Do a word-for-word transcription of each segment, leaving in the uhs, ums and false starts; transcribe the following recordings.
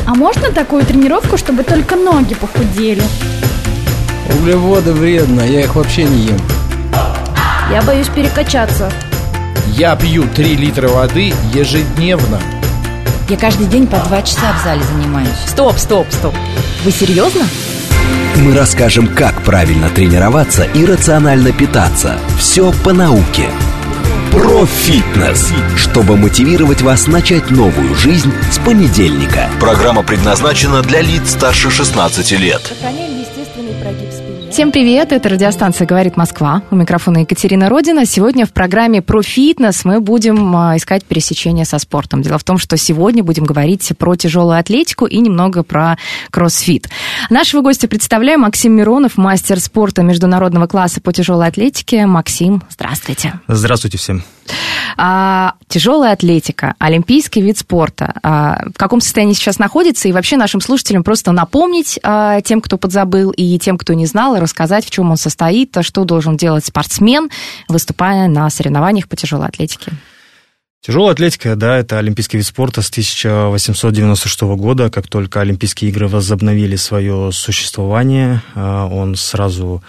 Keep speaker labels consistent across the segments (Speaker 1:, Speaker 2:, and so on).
Speaker 1: А можно такую тренировку, чтобы только ноги похудели?
Speaker 2: Углеводы вредно, я их вообще не ем.
Speaker 3: Я боюсь перекачаться.
Speaker 4: Я пью три литра воды ежедневно.
Speaker 5: Я каждый день по два часа в зале занимаюсь.
Speaker 3: Стоп, стоп, стоп. Вы серьезно?
Speaker 6: Мы расскажем, как правильно тренироваться и рационально питаться. Все по науке. Про фитнес, чтобы мотивировать вас начать новую жизнь с понедельника. Программа предназначена для лиц старше шестнадцати лет.
Speaker 3: Сохраняем естественный прогиб спины.
Speaker 5: Всем привет, это радиостанция «Говорит Москва». У микрофона Екатерина Родина. Сегодня в программе про фитнес мы будем искать пересечения со спортом. Дело в том, что сегодня будем говорить про тяжелую атлетику и немного про кроссфит. Нашего гостя представляю: Максим Миронов, мастер спорта международного класса по тяжелой атлетике. Максим, здравствуйте.
Speaker 7: Здравствуйте всем.
Speaker 5: А, тяжелая атлетика, олимпийский вид спорта. А, в каком состоянии сейчас находится? И вообще нашим слушателям просто напомнить, а, тем, кто подзабыл, и тем, кто не знал, и рассказать, в чем он состоит, что должен делать спортсмен, выступая на соревнованиях по тяжелой атлетике.
Speaker 7: Тяжелая атлетика, да, это олимпийский вид спорта с тысяча восемьсот девяносто шестого года. Как только Олимпийские игры возобновили свое существование, он сразу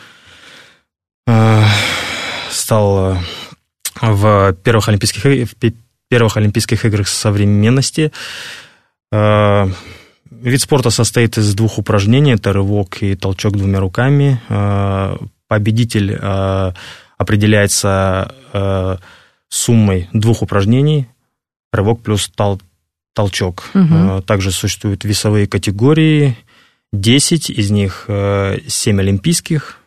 Speaker 7: стал в первых олимпийских, в первых олимпийских играх современности. Вид спорта состоит из двух упражнений. Это рывок и толчок двумя руками. Победитель определяется суммой двух упражнений. Рывок плюс тол- толчок. Угу. Также существуют весовые категории. десять, из них семь олимпийских.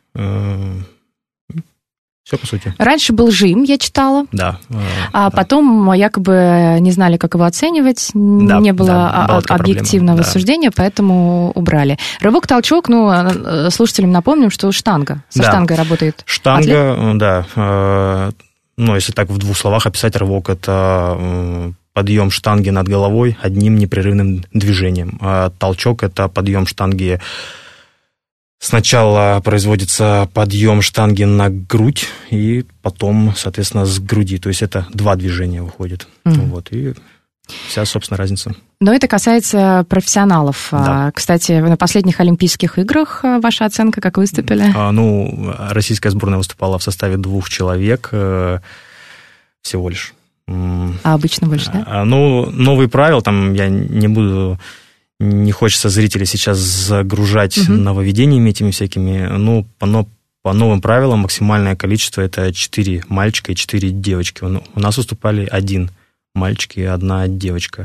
Speaker 7: Все, по сути.
Speaker 5: Раньше был жим, я читала.
Speaker 7: Да.
Speaker 5: А да. Потом якобы не знали, как его оценивать, да, не было да, объективного да. суждения, поэтому убрали. Рывок-толчок, ну, слушателям напомним, что штанга. Со да. штангой работает
Speaker 7: Штанга,
Speaker 5: атлет.
Speaker 7: Да. Ну, если так в двух словах описать, рывок – это подъем штанги над головой одним непрерывным движением. А толчок – это подъем штанги. Сначала производится подъем штанги на грудь, и потом, соответственно, с груди. То есть это два движения выходит. Mm. Вот, и вся, собственно, разница.
Speaker 5: Но это касается профессионалов. Да. Кстати, на последних Олимпийских играх ваша оценка, как выступили?
Speaker 7: А, ну, российская сборная выступала в составе двух человек всего лишь.
Speaker 5: А обычно больше, да?
Speaker 7: А, ну, новые правила, там я не буду... Не хочется зрителей сейчас загружать угу. нововведениями этими всякими. Ну, по, но, по новым правилам максимальное количество – это четыре мальчика и четыре девочки. У нас выступали один мальчик и одна девочка.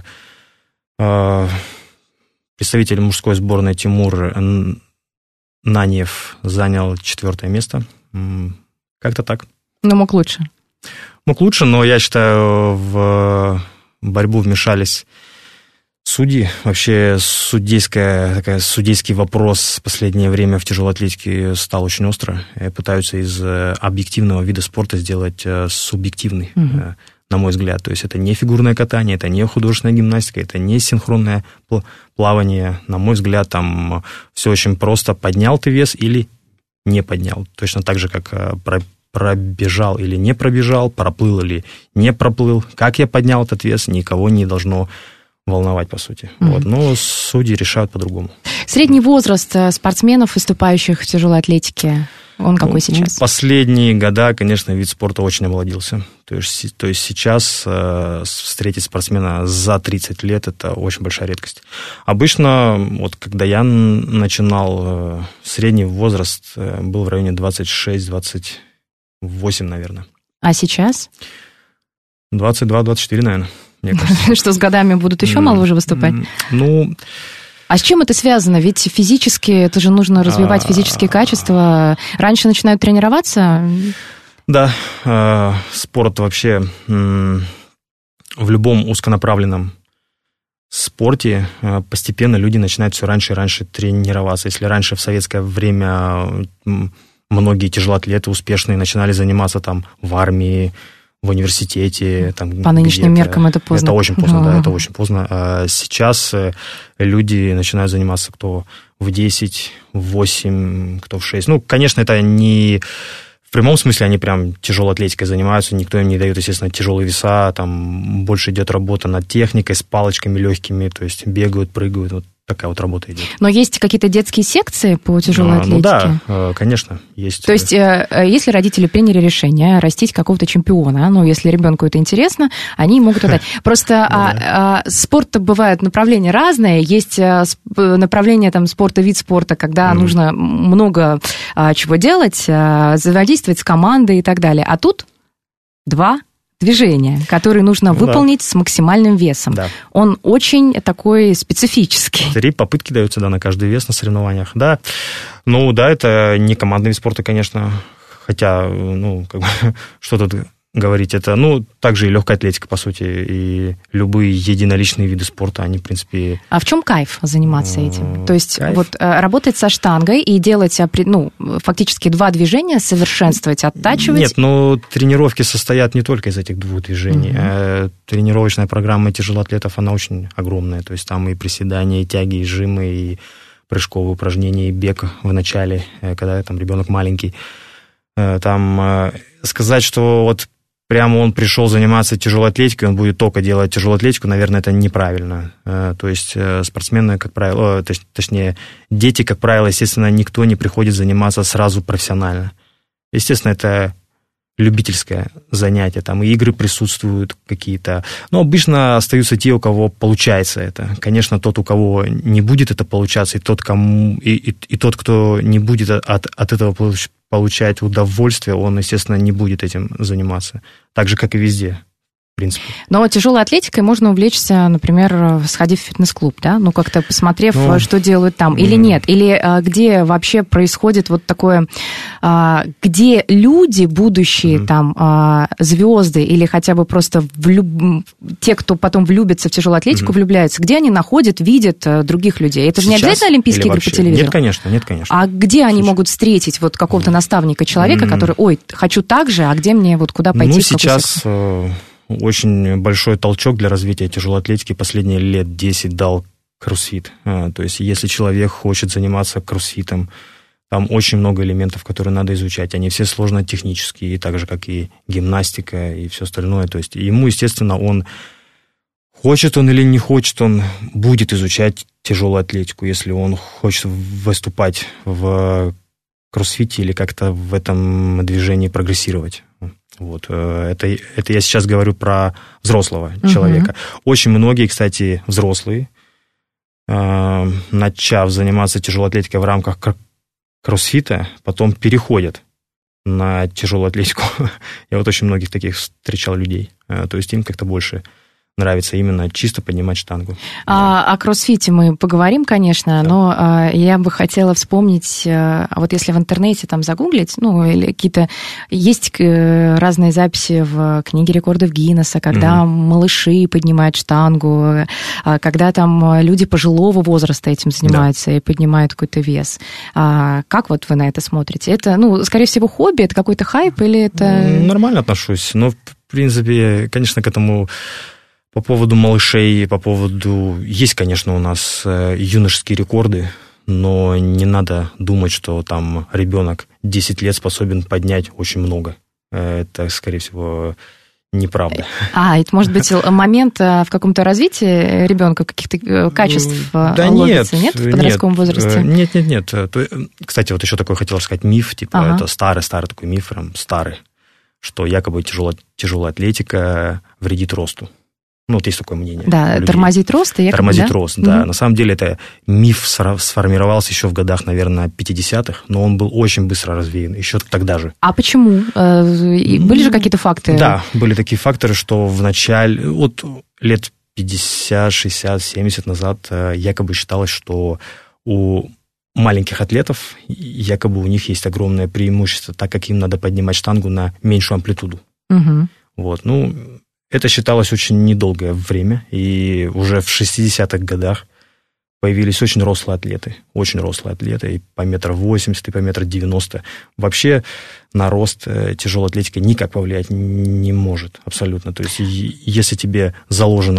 Speaker 7: Представитель мужской сборной Тимур Наньев занял четвертое место. Как-то так.
Speaker 5: Но мог лучше.
Speaker 7: Мог лучше, но я считаю, в борьбу вмешались судьи. Вообще судейская, такая, судейский вопрос в последнее время в тяжелой атлетике стал очень остро. И пытаются из объективного вида спорта сделать субъективный, угу. на мой взгляд. То есть это не фигурное катание, это не художественная гимнастика, это не синхронное плавание. На мой взгляд, там все очень просто. Поднял ты вес или не поднял. Точно так же, как пробежал или не пробежал, проплыл или не проплыл. Как я поднял этот вес, никого не должно волновать, по сути. Mm-hmm. Вот. Но судьи решают по-другому.
Speaker 5: Средний возраст спортсменов, выступающих в тяжелой атлетике, он какой ну, сейчас?
Speaker 7: Последние года, конечно, вид спорта очень омолодился. То есть, то есть сейчас э, встретить спортсмена за тридцать лет – это очень большая редкость. Обычно, вот когда я начинал, э, средний возраст э, был в районе двадцать шесть - двадцать восемь, наверное.
Speaker 5: А сейчас?
Speaker 7: двадцать два - двадцать четыре, наверное.
Speaker 5: Что с годами будут еще моложе выступать?
Speaker 7: Ну...
Speaker 5: А с чем это связано? Ведь физически, это же нужно развивать физические качества. Раньше начинают тренироваться?
Speaker 7: Да, спорт вообще в любом узконаправленном спорте постепенно люди начинают все раньше и раньше тренироваться. Если раньше в советское время многие тяжелоатлеты успешные начинали заниматься там в армии, в университете. Там,
Speaker 5: по нынешним меркам это поздно.
Speaker 7: Это очень поздно, да, это очень поздно. А сейчас люди начинают заниматься кто в десять, в восемь, кто в шесть. Ну, конечно, это не... В прямом смысле они прям тяжелой атлетикой занимаются, никто им не дает, естественно, тяжелые веса, там больше идет работа над техникой, с палочками легкими, то есть бегают, прыгают, вот такая вот работа идет.
Speaker 5: Но есть какие-то детские секции по тяжелой
Speaker 7: А,
Speaker 5: атлетике?
Speaker 7: Ну да, конечно, есть.
Speaker 5: То есть, если родители приняли решение растить какого-то чемпиона, ну, если ребенку это интересно, они могут отдать. Просто а, а, спорт бывает направления разные. Есть направление там спорта, вид спорта, когда mm-hmm. нужно много а, чего делать, а, взаимодействовать с командой и так далее. А тут два движения, которые нужно ну, выполнить да. с максимальным весом. Да. Он очень такой специфический.
Speaker 7: Три попытки даются, да, на каждый вес на соревнованиях. Да, ну да, это не командный вид спорта, конечно, хотя, ну, как бы, что тут говорить, это, ну, также и легкая атлетика, по сути, и любые единоличные виды спорта, они, в принципе...
Speaker 5: А в чем кайф заниматься этим? То есть кайф? Вот работать со штангой и делать, ну, фактически два движения, совершенствовать, оттачивать?
Speaker 7: Нет, ну, тренировки состоят не только из этих двух движений. Mm-hmm. Тренировочная программа тяжелоатлетов, она очень огромная, то есть там и приседания, и тяги, и жимы, и прыжковые упражнения, и бег в начале, когда там ребенок маленький. Там сказать, что вот прямо он пришел заниматься тяжелой атлетикой, он будет только делать тяжелую атлетику, наверное, это неправильно. То есть спортсмены, как правило, точнее, дети, как правило, естественно, никто не приходит заниматься сразу профессионально. Естественно, это любительское занятие, там и игры присутствуют какие-то. Но обычно остаются те, у кого получается это. Конечно, тот, у кого не будет это получаться, и тот, кому, и, и, и тот кто не будет от, от этого получать удовольствие, он, естественно, не будет этим заниматься. Так же, как и везде. В принципе.
Speaker 5: Но тяжелой атлетикой можно увлечься, например, сходив в фитнес-клуб, да? Ну, как-то посмотрев, ну, что делают там, или нет? Или а, где вообще происходит вот такое, а, где люди, будущие mm-hmm. там а, звезды, или хотя бы просто влюб... те, кто потом влюбится в тяжелую атлетику, mm-hmm. влюбляются, где они находят, видят а, других людей? Это же не обязательно Олимпийские игры по телевизору?
Speaker 7: Нет, конечно, нет, конечно.
Speaker 5: А где они сейчас могут встретить вот какого-то mm-hmm. наставника, человека, mm-hmm. который, ой, хочу так же, а где мне вот куда пойти?
Speaker 7: Ну, сейчас... Очень большой толчок для развития тяжелой атлетики последние лет десять дал кроссфит. То есть, если человек хочет заниматься кроссфитом, там очень много элементов, которые надо изучать. Они все сложно-технические, так же, как и гимнастика и все остальное. То есть, ему, естественно, он, хочет он или не хочет, он будет изучать тяжелую атлетику, если он хочет выступать в кроссфите или как-то в этом движении прогрессировать. Вот, это, это я сейчас говорю про взрослого uh-huh. человека. Очень многие, кстати, взрослые, э, начав заниматься тяжелой атлетикой в рамках кроссфита, потом переходят на тяжелую атлетику. Я вот очень многих таких встречал людей. Э, то есть им как-то больше нравится именно чисто поднимать штангу.
Speaker 5: А, да. О кроссфите мы поговорим, конечно, да. но а, я бы хотела вспомнить, а, вот если в интернете там загуглить, ну, или какие-то... Есть разные записи в книге рекордов Гиннесса, когда mm-hmm. малыши поднимают штангу, а, когда там люди пожилого возраста этим занимаются да. и поднимают какой-то вес. А, как вот вы на это смотрите? Это, ну, скорее всего, хобби, это какой-то хайп или это...
Speaker 7: Нормально отношусь, но, в принципе, конечно, к этому... По поводу малышей, по поводу... Есть, конечно, у нас юношеские рекорды, но не надо думать, что там ребенок десять лет способен поднять очень много. Это, скорее всего, неправда.
Speaker 5: А, это может быть момент в каком-то развитии ребенка, каких-то качеств
Speaker 7: да
Speaker 5: ловится, нет,
Speaker 7: нет,
Speaker 5: в подростковом
Speaker 7: нет,
Speaker 5: возрасте?
Speaker 7: Нет, нет, нет. Кстати, вот еще такой хотел сказать миф, типа ага. это старый-старый такой миф, прям старый, что якобы тяжелая, тяжелая атлетика вредит росту. Ну, вот есть такое мнение.
Speaker 5: Да, тормозит рост. Якобы,
Speaker 7: тормозит
Speaker 5: да?
Speaker 7: рост, да.
Speaker 5: Mm-hmm.
Speaker 7: На самом деле это миф сформировался еще в годах, наверное, пятидесятых, но он был очень быстро развеян, еще тогда же.
Speaker 5: А почему? Были же какие-то факты?
Speaker 7: Да, были такие факторы, что в начале, вот лет пятьдесят, шестьдесят, семьдесят назад якобы считалось, что у маленьких атлетов, якобы у них есть огромное преимущество, так как им надо поднимать штангу на меньшую амплитуду.
Speaker 5: Mm-hmm.
Speaker 7: Вот, ну... Это считалось очень недолгое время, и уже в шестидесятых годах появились очень рослые атлеты, очень рослые атлеты, и по метр восемьдесят, и по метр девяносто. Вообще на рост тяжелой атлетики никак повлиять не может абсолютно. То есть если тебе заложено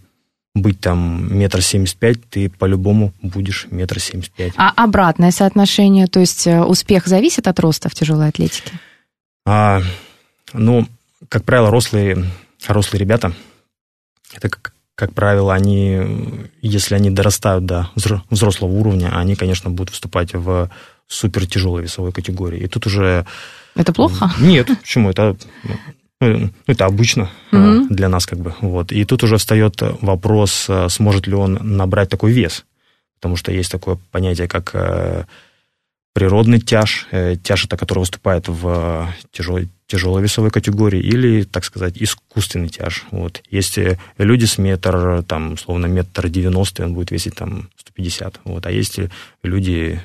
Speaker 7: быть там метр семьдесят пять, ты по-любому будешь метр семьдесят пять.
Speaker 5: А обратное соотношение, то есть успех зависит от роста в тяжелой атлетике?
Speaker 7: А, ну, как правило, рослые... Рослые ребята, это, как, как правило, они, если они дорастают до взрослого уровня, они, конечно, будут выступать в супертяжелой весовой категории. И тут уже...
Speaker 5: Это плохо?
Speaker 7: Нет, почему? Это, это обычно mm-hmm. для нас как бы. Вот. И тут уже встает вопрос, сможет ли он набрать такой вес. Потому что есть такое понятие, как природный тяж, тяж, это который выступает в тяжелой, тяжелой весовой категории, или, так сказать, искусственный тяж. Вот. Есть люди с метр, там, условно, метр девяносто, он будет весить там сто пятьдесят. Вот. А есть люди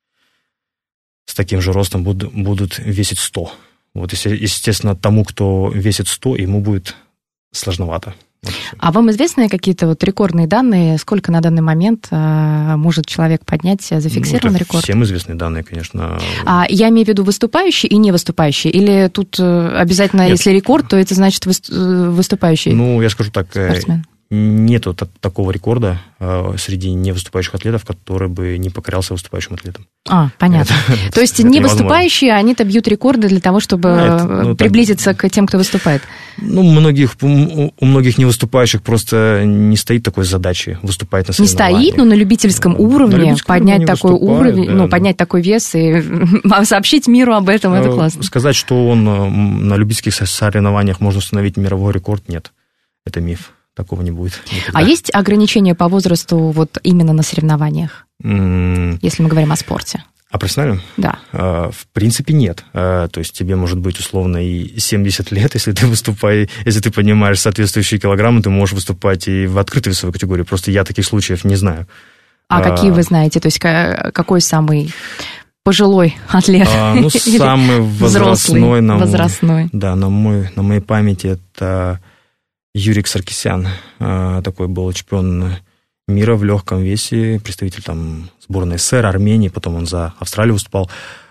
Speaker 7: с таким же ростом будут, будут весить сто. Вот, естественно, тому, кто весит сто, ему будет сложновато. Вот.
Speaker 5: А вам известны какие-то вот рекордные данные, сколько на данный момент э, может человек поднять зафиксированный
Speaker 7: ну,
Speaker 5: рекорд?
Speaker 7: Всем известные данные, конечно.
Speaker 5: А я имею в виду выступающие и не выступающие? Или тут обязательно, Нет. если рекорд, то это значит выступающий?
Speaker 7: Ну, я скажу так,
Speaker 5: спортсмен?
Speaker 7: Нету такого рекорда э, среди невыступающих атлетов, который бы не покорялся выступающим атлетам.
Speaker 5: А, понятно.
Speaker 7: Это,
Speaker 5: То есть
Speaker 7: это
Speaker 5: невыступающие, они-то бьют рекорды для того, чтобы а, это, ну, приблизиться так, к тем, кто выступает?
Speaker 7: Ну, многих, у, у многих невыступающих просто не стоит такой задачи выступать на соревнованиях.
Speaker 5: Не стоит, но на любительском уровне
Speaker 7: на любительском
Speaker 5: поднять такой уровень,
Speaker 7: да,
Speaker 5: ну, поднять такой вес и сообщить миру об этом, это классно.
Speaker 7: Сказать, что он на любительских соревнованиях можно установить мировой рекорд, нет. Это миф. Такого не будет никогда.
Speaker 5: А есть ограничения по возрасту вот именно на соревнованиях, mm. если мы говорим о спорте?
Speaker 7: А профессиональном?
Speaker 5: Да.
Speaker 7: В принципе, нет. То есть тебе может быть условно и семьдесят лет, если ты выступаешь, если ты поднимаешь соответствующие килограммы, ты можешь выступать и в открытой весовой категории. Просто я таких случаев не знаю.
Speaker 5: А, а какие вы знаете? То есть какой самый пожилой атлет?
Speaker 7: А, ну, самый возрастной, на
Speaker 5: возрастной.
Speaker 7: Мой, да, на, мой, на моей памяти это... Юрик Саркисян, такой был чемпион мира в легком весе, представитель там сборной СССР, Армении, потом он за Австралию выступал.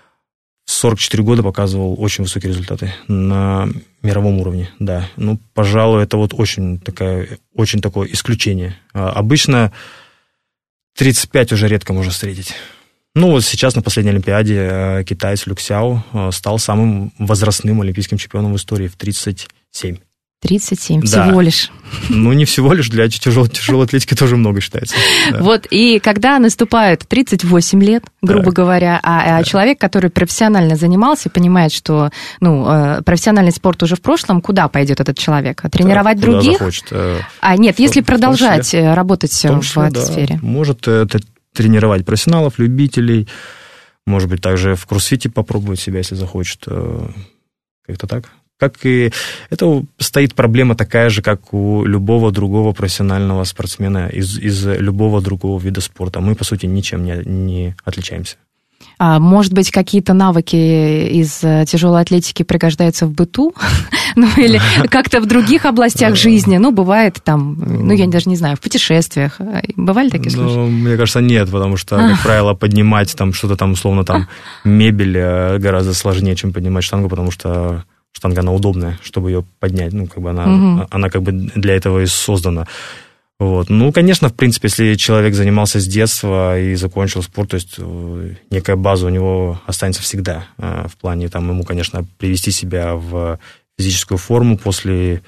Speaker 7: В сорок четыре года показывал очень высокие результаты на мировом уровне, да. Ну, пожалуй, это вот очень, такая, очень такое исключение. Обычно тридцать пять уже редко можно встретить. Ну, вот сейчас на последней Олимпиаде китаец Люк Сяо стал самым возрастным олимпийским чемпионом в истории в тридцать семь.
Speaker 5: тридцать семь,
Speaker 7: да.
Speaker 5: Всего лишь.
Speaker 7: Ну, не всего лишь, для тяжелой, тяжелой атлетики тоже много считается. Да.
Speaker 5: Вот, и когда наступает тридцать восемь лет, грубо так. говоря, а, а человек, который профессионально занимался, понимает, что ну, профессиональный спорт уже в прошлом, куда пойдет этот человек? Тренировать
Speaker 7: да,
Speaker 5: других?
Speaker 7: Захочет.
Speaker 5: А нет, в, если продолжать числе, работать в, в, числе, в этой да. сфере.
Speaker 7: Может это тренировать профессионалов, любителей, может быть, также в кроссфите попробовать себя, если захочет. Как-то так. Как и это стоит проблема такая же, как у любого другого профессионального спортсмена из, из любого другого вида спорта. Мы, по сути, ничем не, не отличаемся.
Speaker 5: А может быть, какие-то навыки из тяжелой атлетики пригождаются в быту? Ну, или как-то в других областях жизни? Ну, бывает там, ну, я даже не знаю, в путешествиях. Бывали такие случаи?
Speaker 7: Ну, мне кажется, нет, потому что, как правило, поднимать там что-то там, условно, там, мебель гораздо сложнее, чем поднимать штангу, потому что штанга, она удобная, чтобы ее поднять. Ну, как бы она, угу. она как бы для этого и создана. Вот. Ну, конечно, в принципе, если человек занимался с детства и закончил спорт, то есть некая база у него останется всегда. В плане, там, ему, конечно, привести себя в физическую форму после...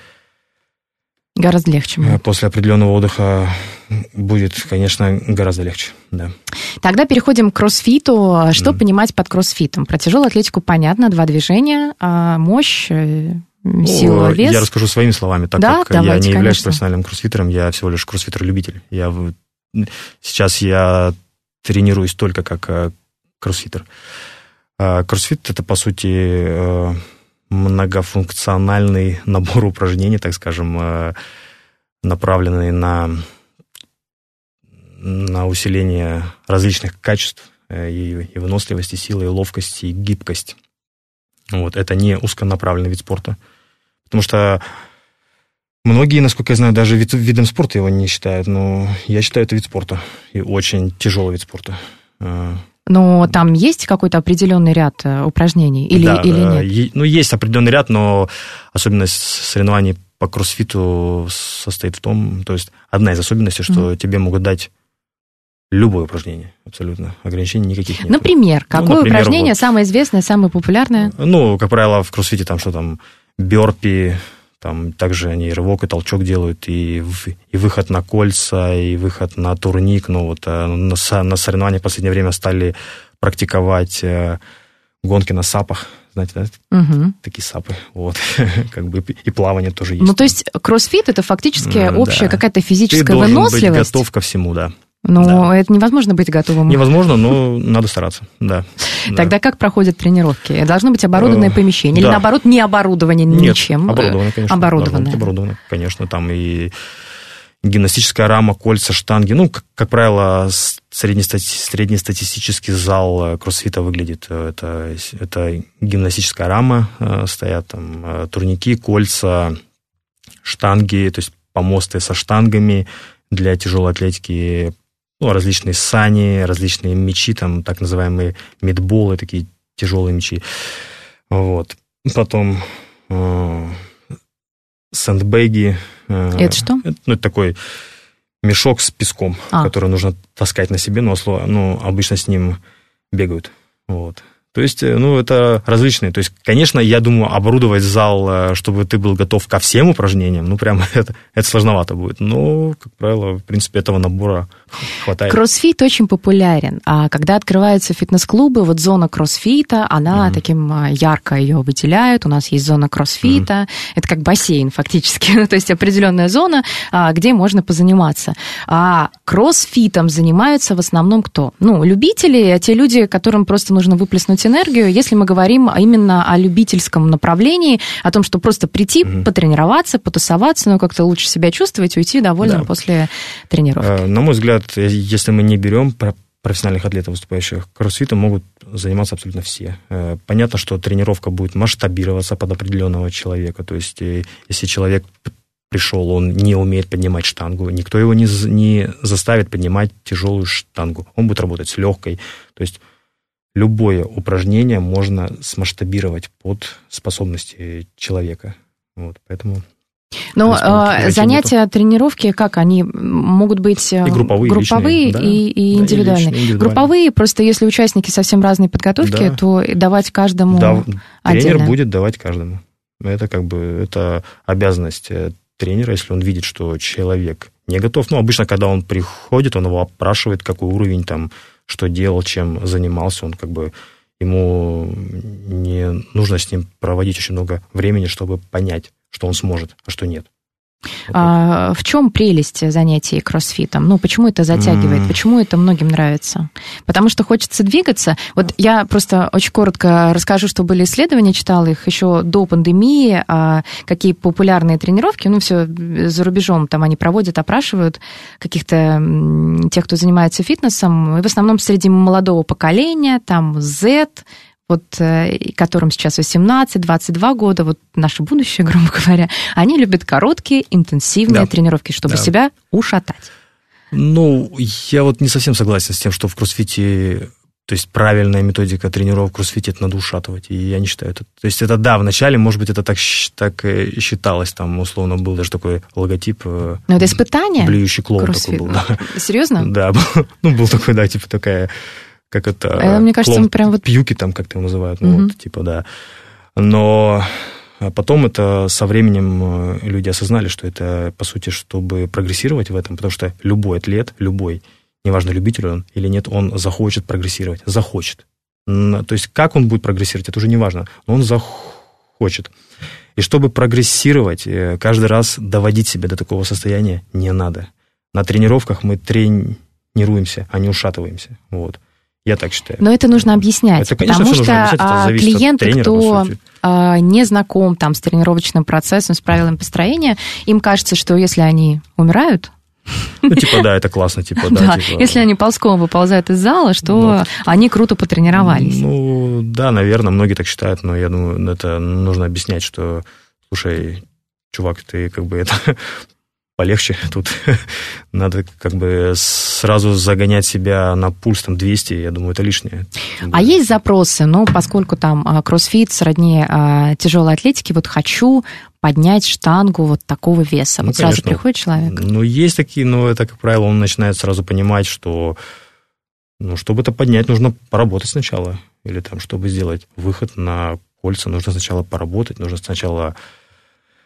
Speaker 5: Гораздо легче.
Speaker 7: После определенного отдыха будет, конечно, гораздо легче, да.
Speaker 5: Тогда переходим к кроссфиту. Что mm. понимать под кроссфитом? Про тяжелую атлетику понятно, два движения, мощь, сила,
Speaker 7: ну,
Speaker 5: вес.
Speaker 7: Я расскажу своими словами, так
Speaker 5: да?
Speaker 7: как
Speaker 5: Давайте,
Speaker 7: я не являюсь
Speaker 5: конечно.
Speaker 7: профессиональным кроссфитером, я всего лишь кроссфитер-любитель. Я... Сейчас я тренируюсь только как кроссфитер. Кроссфит – это, по сути, многофункциональный набор упражнений, так скажем, направленный на, на усиление различных качеств и, и выносливости, силы, и ловкости, и гибкость. Вот. Это не узконаправленный вид спорта. Потому что многие, насколько я знаю, даже вид, видом спорта его не считают, но я считаю это вид спорта. И очень тяжелый вид спорта.
Speaker 5: Но там есть какой-то определенный ряд упражнений или,
Speaker 7: да,
Speaker 5: или нет?
Speaker 7: Ну, есть определенный ряд, но особенность соревнований по кроссфиту состоит в том, то есть одна из особенностей, что mm-hmm. тебе могут дать любое упражнение, абсолютно. Ограничений никаких нет.
Speaker 5: Например, какое ну, например, упражнение вот, самое известное, самое популярное?
Speaker 7: Ну, как правило, в кроссфите там что там, бёрпи, Там также они и рывок, и толчок делают, и, и выход на кольца, и выход на турник. Ну, вот на, на соревнованиях в последнее время стали практиковать гонки на сапах. Знаете, да? Угу. Такие сапы. Вот. Как бы и плавание тоже есть.
Speaker 5: Ну, то есть кроссфит — это фактически mm, общая да. какая-то физическая
Speaker 7: Ты должен
Speaker 5: выносливость.
Speaker 7: Быть готов ко всему, да.
Speaker 5: Ну,
Speaker 7: да.
Speaker 5: это невозможно быть готовым.
Speaker 7: Невозможно, но надо стараться, да.
Speaker 5: Тогда
Speaker 7: да.
Speaker 5: как проходят тренировки? Должно быть оборудованное
Speaker 7: uh,
Speaker 5: помещение?
Speaker 7: Да.
Speaker 5: Или, наоборот, не оборудование
Speaker 7: Нет,
Speaker 5: ничем?
Speaker 7: оборудованное, конечно.
Speaker 5: Оборудованное.
Speaker 7: Оборудованное, конечно. Там и гимнастическая рама, кольца, штанги. Ну, как, как правило, среднестати... среднестатистический зал кроссфита выглядит. Это, это гимнастическая рама, стоят там турники, кольца, штанги, то есть помосты со штангами для тяжелой атлетики, ну, различные сани, различные мячи, там так называемые мидболы, такие тяжелые мячи. Вот. Потом э, сэндбэги. Э,
Speaker 5: это что?
Speaker 7: Это, ну, это такой мешок с песком, а. который нужно таскать на себе, но ну, обычно с ним бегают. Вот. То есть, ну, это различные. То есть, конечно, я думаю, оборудовать зал, чтобы ты был готов ко всем упражнениям, ну, прям это, это сложновато будет. Но, как правило, в принципе, этого набора хватает.
Speaker 5: Кроссфит очень популярен. А когда открываются фитнес-клубы, вот зона кроссфита, она mm-hmm. таким ярко ее выделяют. У нас есть зона кроссфита. Mm-hmm. Это как бассейн, фактически. То есть, определенная зона, где можно позаниматься. А кроссфитом занимаются в основном кто? Ну, любители, те люди, которым просто нужно выплеснуть энергию, если мы говорим именно о любительском направлении, о том, что просто прийти, mm-hmm. потренироваться, потусоваться, но как-то лучше себя чувствовать, уйти довольным да. после тренировки.
Speaker 7: На мой взгляд, если мы не берем профессиональных атлетов, выступающих кроссфитом, могут заниматься абсолютно все. Понятно, что тренировка будет масштабироваться под определенного человека, то есть если человек пришел, он не умеет поднимать штангу, никто его не, не заставит поднимать тяжелую штангу, он будет работать с легкой, то есть любое упражнение можно смасштабировать под способности человека. Вот, поэтому...
Speaker 5: Но э, занятия, нету. Тренировки, как они могут быть
Speaker 7: и групповые,
Speaker 5: групповые
Speaker 7: личные, да,
Speaker 5: и, и
Speaker 7: да,
Speaker 5: индивидуальные.
Speaker 7: И личные,
Speaker 5: групповые, просто если участники совсем разной подготовки, да. то давать каждому да, отдельно.
Speaker 7: Тренер будет давать каждому. Это как бы это обязанность тренера, если он видит, что человек не готов. Ну, обычно, когда он приходит, он его опрашивает, какой уровень там, что делал, чем занимался, он как бы, ему не нужно с ним проводить очень много времени, чтобы понять, что он сможет, а что нет. Вот
Speaker 5: а в чем прелесть занятий кроссфитом? Ну, почему это затягивает? Mm. Почему это многим нравится? Потому что хочется двигаться. Вот я просто очень коротко расскажу, что были исследования, читала их еще до пандемии, а какие популярные тренировки, ну, все за рубежом, там они проводят, опрашивают каких-то тех, кто занимается фитнесом, и в основном среди молодого поколения, там, Z, вот, которым сейчас восемнадцать-двадцать два года, вот наше будущее, грубо говоря, они любят короткие, интенсивные да. тренировки, чтобы да. себя ушатать.
Speaker 7: Ну, я вот не совсем согласен с тем, что в кроссфите, то есть правильная методика тренировок в кроссфите, это надо ушатывать, и я не считаю это. То есть это, да, вначале, может быть, это так, так и считалось, там, условно, был даже такой логотип.
Speaker 5: Но это испытание?
Speaker 7: Блюющий клоун
Speaker 5: кроссфит.
Speaker 7: Такой был. Да.
Speaker 5: Серьезно?
Speaker 7: Да, ну, был такой, да, типа такая... как это,
Speaker 5: а, мне кажется,
Speaker 7: клон,
Speaker 5: он прям вот...
Speaker 7: пьюки там как-то его называют, ну,
Speaker 5: угу.
Speaker 7: вот, типа, да. Но потом это со временем люди осознали, что это, по сути, чтобы прогрессировать в этом, потому что любой атлет, любой, неважно, любитель он или нет, он захочет прогрессировать, захочет. То есть как он будет прогрессировать, это уже не важно, но он захочет. И чтобы прогрессировать, каждый раз доводить себя до такого состояния не надо. На тренировках мы тренируемся, а не ушатываемся, вот. Я так считаю.
Speaker 5: Но это нужно объяснять,
Speaker 7: это, конечно,
Speaker 5: потому что
Speaker 7: объяснять,
Speaker 5: клиенты,
Speaker 7: тренера,
Speaker 5: кто не знаком там, с тренировочным процессом, с правилами построения, им кажется, что если они умирают...
Speaker 7: Ну, типа, да, это классно, типа, да.
Speaker 5: да
Speaker 7: типа,
Speaker 5: если они ползком выползают из зала, что вот. Они круто потренировались.
Speaker 7: Ну, да, наверное, многие так считают, но я думаю, это нужно объяснять, что, слушай, чувак, ты как бы это... полегче. Тут надо как бы сразу загонять себя на пульс там двести, я думаю, это лишнее.
Speaker 5: А есть запросы, ну, поскольку там кроссфит сродни тяжелой атлетики, вот хочу поднять штангу вот такого веса.
Speaker 7: Ну,
Speaker 5: вот
Speaker 7: конечно.
Speaker 5: Сразу приходит человек?
Speaker 7: Ну, есть такие, но это, как правило, он начинает сразу понимать, что ну, чтобы это поднять, нужно поработать сначала. Или там, чтобы сделать выход на кольца, нужно сначала поработать, нужно сначала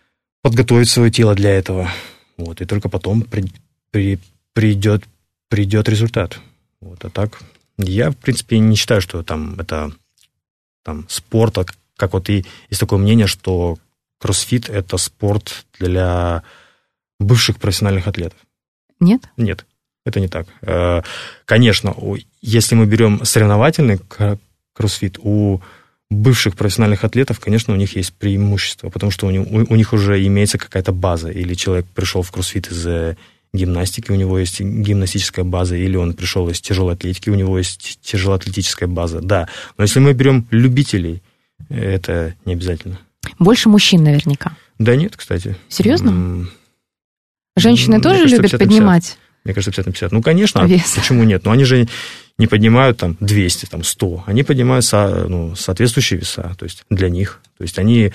Speaker 7: подготовить свое тело для этого. Вот, и только потом при, при, придет, придет результат. Вот, а так, я, в принципе, не считаю, что там это там, спорт, как вот и есть такое мнение, что кроссфит – это спорт для бывших профессиональных атлетов.
Speaker 5: Нет?
Speaker 7: Нет, это не так. Конечно, если мы берем соревновательный кроссфит, у бывших профессиональных атлетов, конечно, у них есть преимущество, потому что у них, у них уже имеется какая-то база. Или человек пришел в кроссфит из гимнастики, у него есть гимнастическая база, или он пришел из тяжелой атлетики, у него есть тяжелоатлетическая база. Да, но если мы берем любителей, это не обязательно.
Speaker 5: Больше мужчин наверняка.
Speaker 7: Да нет, кстати.
Speaker 5: Серьезно? Женщины
Speaker 7: Мне
Speaker 5: тоже
Speaker 7: кажется,
Speaker 5: любят
Speaker 7: пятьдесят на
Speaker 5: поднимать?
Speaker 7: пятьдесят. Мне кажется, пятьдесят на пятьдесят. Ну, конечно,
Speaker 5: вес.
Speaker 7: Почему нет? Но они же не поднимают там двести, там сто. Они поднимают со, ну, соответствующие веса, то есть для них. То есть они...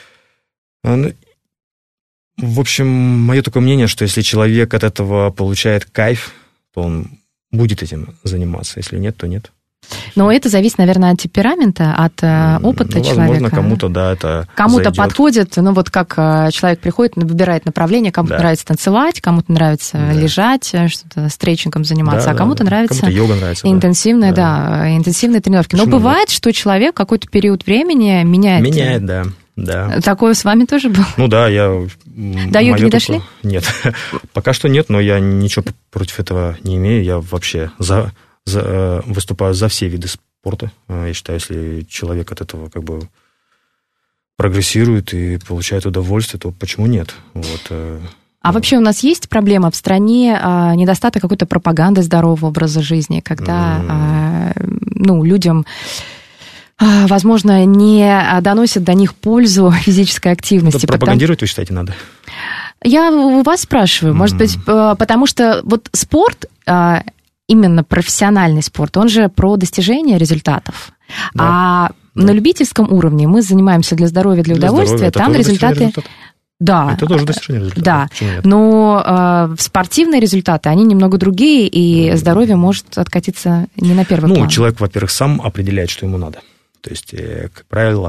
Speaker 7: В общем, мое такое мнение, что если человек от этого получает кайф, то он будет этим заниматься. Если нет, то нет.
Speaker 5: Но это зависит, наверное, от темперамента, от ну, опыта
Speaker 7: ну,
Speaker 5: человека.
Speaker 7: Возможно, кому-то, да, это
Speaker 5: Кому-то
Speaker 7: зайдет.
Speaker 5: подходит, ну, вот как человек приходит, выбирает направление, кому-то
Speaker 7: да.
Speaker 5: нравится танцевать, кому-то нравится да. лежать, что-то стретчингом заниматься,
Speaker 7: да,
Speaker 5: а кому-то
Speaker 7: да.
Speaker 5: нравится...
Speaker 7: Кому-то йога нравится,
Speaker 5: интенсивные,
Speaker 7: да.
Speaker 5: да, интенсивные тренировки.
Speaker 7: Почему
Speaker 5: Но бывает, нет? Что человек какой-то период времени меняет...
Speaker 7: Меняет, да. Да.
Speaker 5: Такое с вами тоже было?
Speaker 7: Ну да, я...
Speaker 5: До йоги не дошли?
Speaker 7: Нет, пока что нет, но я ничего против этого не имею. Я вообще за, за, выступаю за все виды спорта. Я считаю, если человек от этого как бы прогрессирует и получает удовольствие, то почему нет? Вот.
Speaker 5: А вообще у нас есть проблема в стране а, недостаток какой-то пропаганды здорового образа жизни, когда mm. а, ну, людям... возможно, не доносят до них пользу физической активности.
Speaker 7: Да, пропагандировать, вы считаете, надо?
Speaker 5: Я у вас спрашиваю, mm-hmm. может быть, потому что вот спорт, именно профессиональный спорт, он же про достижение результатов. Да. А да. на любительском уровне мы занимаемся для здоровья, для, для удовольствия, там результаты... Да.
Speaker 7: Это тоже достижение результата.
Speaker 5: Да, но э, спортивные результаты, они немного другие, и mm-hmm. здоровье может откатиться не на первый
Speaker 7: ну,
Speaker 5: план.
Speaker 7: Ну, человек, во-первых, сам определяет, что ему надо. То есть, как правило,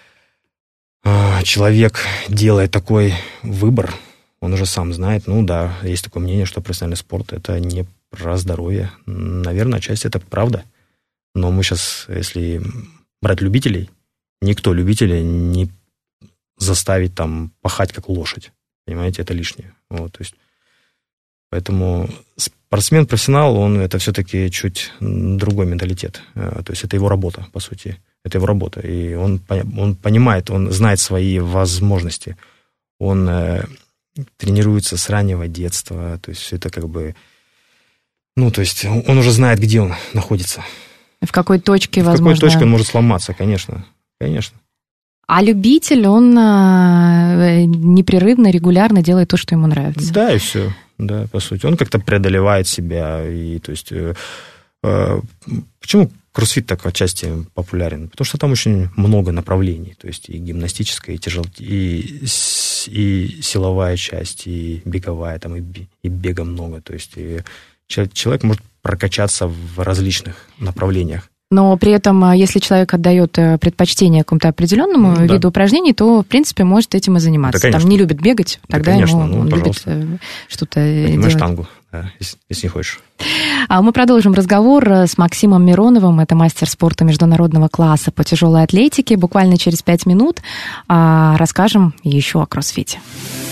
Speaker 7: человек делает такой выбор, он уже сам знает, ну да, есть такое мнение, что профессиональный спорт – это не про здоровье. Наверное, отчасти это правда. Но мы сейчас, если брать любителей, никто любителя не заставит там пахать как лошадь. Понимаете, это лишнее. Вот, то есть, поэтому спортсмен-профессионал, он это все-таки чуть другой менталитет. То есть это его работа, по сути. Это его работа. И он, он понимает, он знает свои возможности. Он э, тренируется с раннего детства. То есть это как бы... Ну, то есть он уже знает, где он находится.
Speaker 5: В какой точке,
Speaker 7: в
Speaker 5: возможно...
Speaker 7: В какой точке он может сломаться, конечно. Конечно.
Speaker 5: А любитель, он э, непрерывно, регулярно делает то, что ему нравится.
Speaker 7: Да, и все. Да, по сути. Он как-то преодолевает себя. И, то есть, э, э, почему кроссфит так отчасти популярен? Потому что там очень много направлений. То есть и гимнастическая, и, тяжел... и, и силовая часть, и беговая, там, и, и бега много. То есть и человек может прокачаться в различных направлениях.
Speaker 5: Но при этом, если человек отдает предпочтение какому-то определенному да. виду упражнений, то, в принципе, может этим и заниматься. Да, там не любит бегать, тогда да, ему ну, он любит что-то
Speaker 7: Поднимай
Speaker 5: делать.
Speaker 7: штангу, да, если, если не хочешь.
Speaker 5: А мы продолжим разговор с Максимом Мироновым. Это мастер спорта международного класса по тяжелой атлетике. Буквально через пять минут расскажем еще о кроссфите.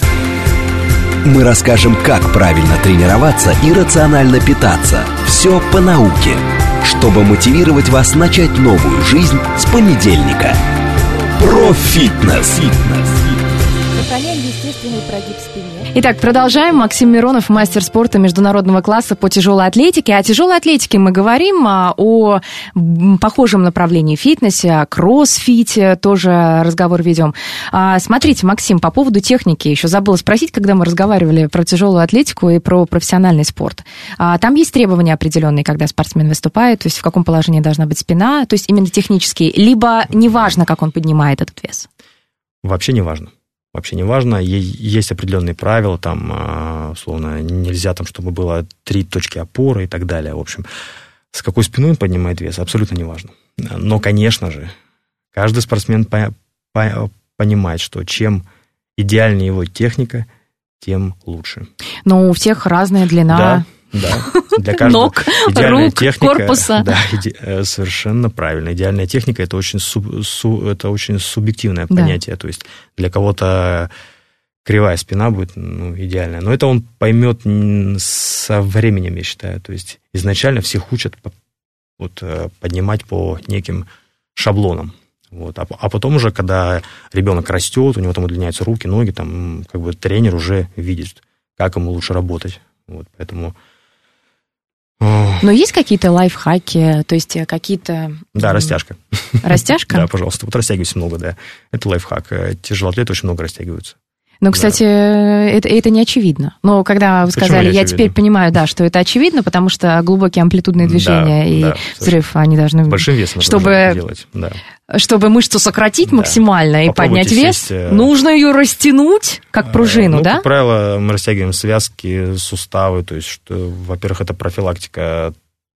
Speaker 6: Мы расскажем, как правильно тренироваться и рационально питаться. Все по науке, чтобы мотивировать вас начать новую жизнь с понедельника. Про фитнес.
Speaker 3: Сохраняем естественный прогиб спины.
Speaker 5: Итак, продолжаем. Максим Миронов, мастер спорта международного класса по тяжелой атлетике. О тяжелой атлетике мы говорим, о похожем направлении фитнесе, о кроссфите тоже разговор ведем. Смотрите, Максим, по поводу техники еще забыла спросить, когда мы разговаривали про тяжелую атлетику и про профессиональный спорт. Там есть требования определенные, когда спортсмен выступает, то есть в каком положении должна быть спина, то есть именно технические, либо неважно, как он поднимает этот вес?
Speaker 7: Вообще не важно. Вообще не важно, есть определенные правила, там, условно, нельзя, там, чтобы было три точки опоры и так далее. В общем, с какой спиной он поднимает вес, абсолютно не важно. Но, конечно же, каждый спортсмен по- по- понимает, что чем идеальнее его техника, тем лучше.
Speaker 5: Но у всех разная длина...
Speaker 7: Да, да. Для каждого
Speaker 5: ног,
Speaker 7: идеальная
Speaker 5: рук,
Speaker 7: техника,
Speaker 5: корпуса.
Speaker 7: Да, иде, совершенно правильно. Идеальная техника – это очень, суб, су, это очень субъективное
Speaker 5: да.
Speaker 7: понятие. То есть для кого-то кривая спина будет ну, идеальная. Но это он поймет со временем, я считаю. То есть изначально всех учат вот, поднимать по неким шаблонам. Вот. А, а потом уже, когда ребенок растет, у него там удлиняются руки, ноги, там, как бы тренер уже видит, как ему лучше работать. Вот, поэтому...
Speaker 5: Но есть какие-то лайфхаки, то есть какие-то...
Speaker 7: Да, растяжка.
Speaker 5: Растяжка?
Speaker 7: Да, пожалуйста. Вот растягивайся много, да. Это лайфхак. Тяжелоатлеты очень много растягиваются.
Speaker 5: Ну, кстати, да. это, это не очевидно. Но когда вы
Speaker 7: Почему
Speaker 5: сказали, я теперь понимаю, да, что это очевидно, потому что глубокие амплитудные движения да, и да, взрыв, они должны...
Speaker 7: С большим весом
Speaker 5: чтобы,
Speaker 7: делать, да.
Speaker 5: Чтобы мышцу сократить да. максимально и поднять вес, сесть, нужно ее растянуть, как пружину,
Speaker 7: ну,
Speaker 5: да?
Speaker 7: Как правило, мы растягиваем связки, суставы, то есть, что, во-первых, это профилактика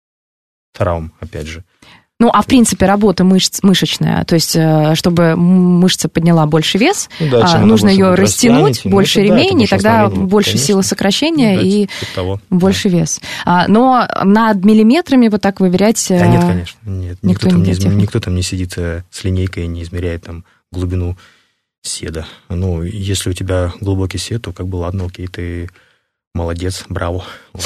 Speaker 7: травм, опять же.
Speaker 5: Ну, а в принципе работа мышц, мышечная, то есть, чтобы мышца подняла больше вес, ну, да, нужно ее растянуть, больше это, ремень, да, и тогда больше конечно, силы сокращения ну, да, и типа больше да. вес. Но над миллиметрами вот так выверять...
Speaker 7: Да нет, конечно, нет. Никто, никто, там, не, никто там не сидит с линейкой и не измеряет там глубину седа. Ну, если у тебя глубокий сед, то как бы ладно, окей, ты... Молодец, браво.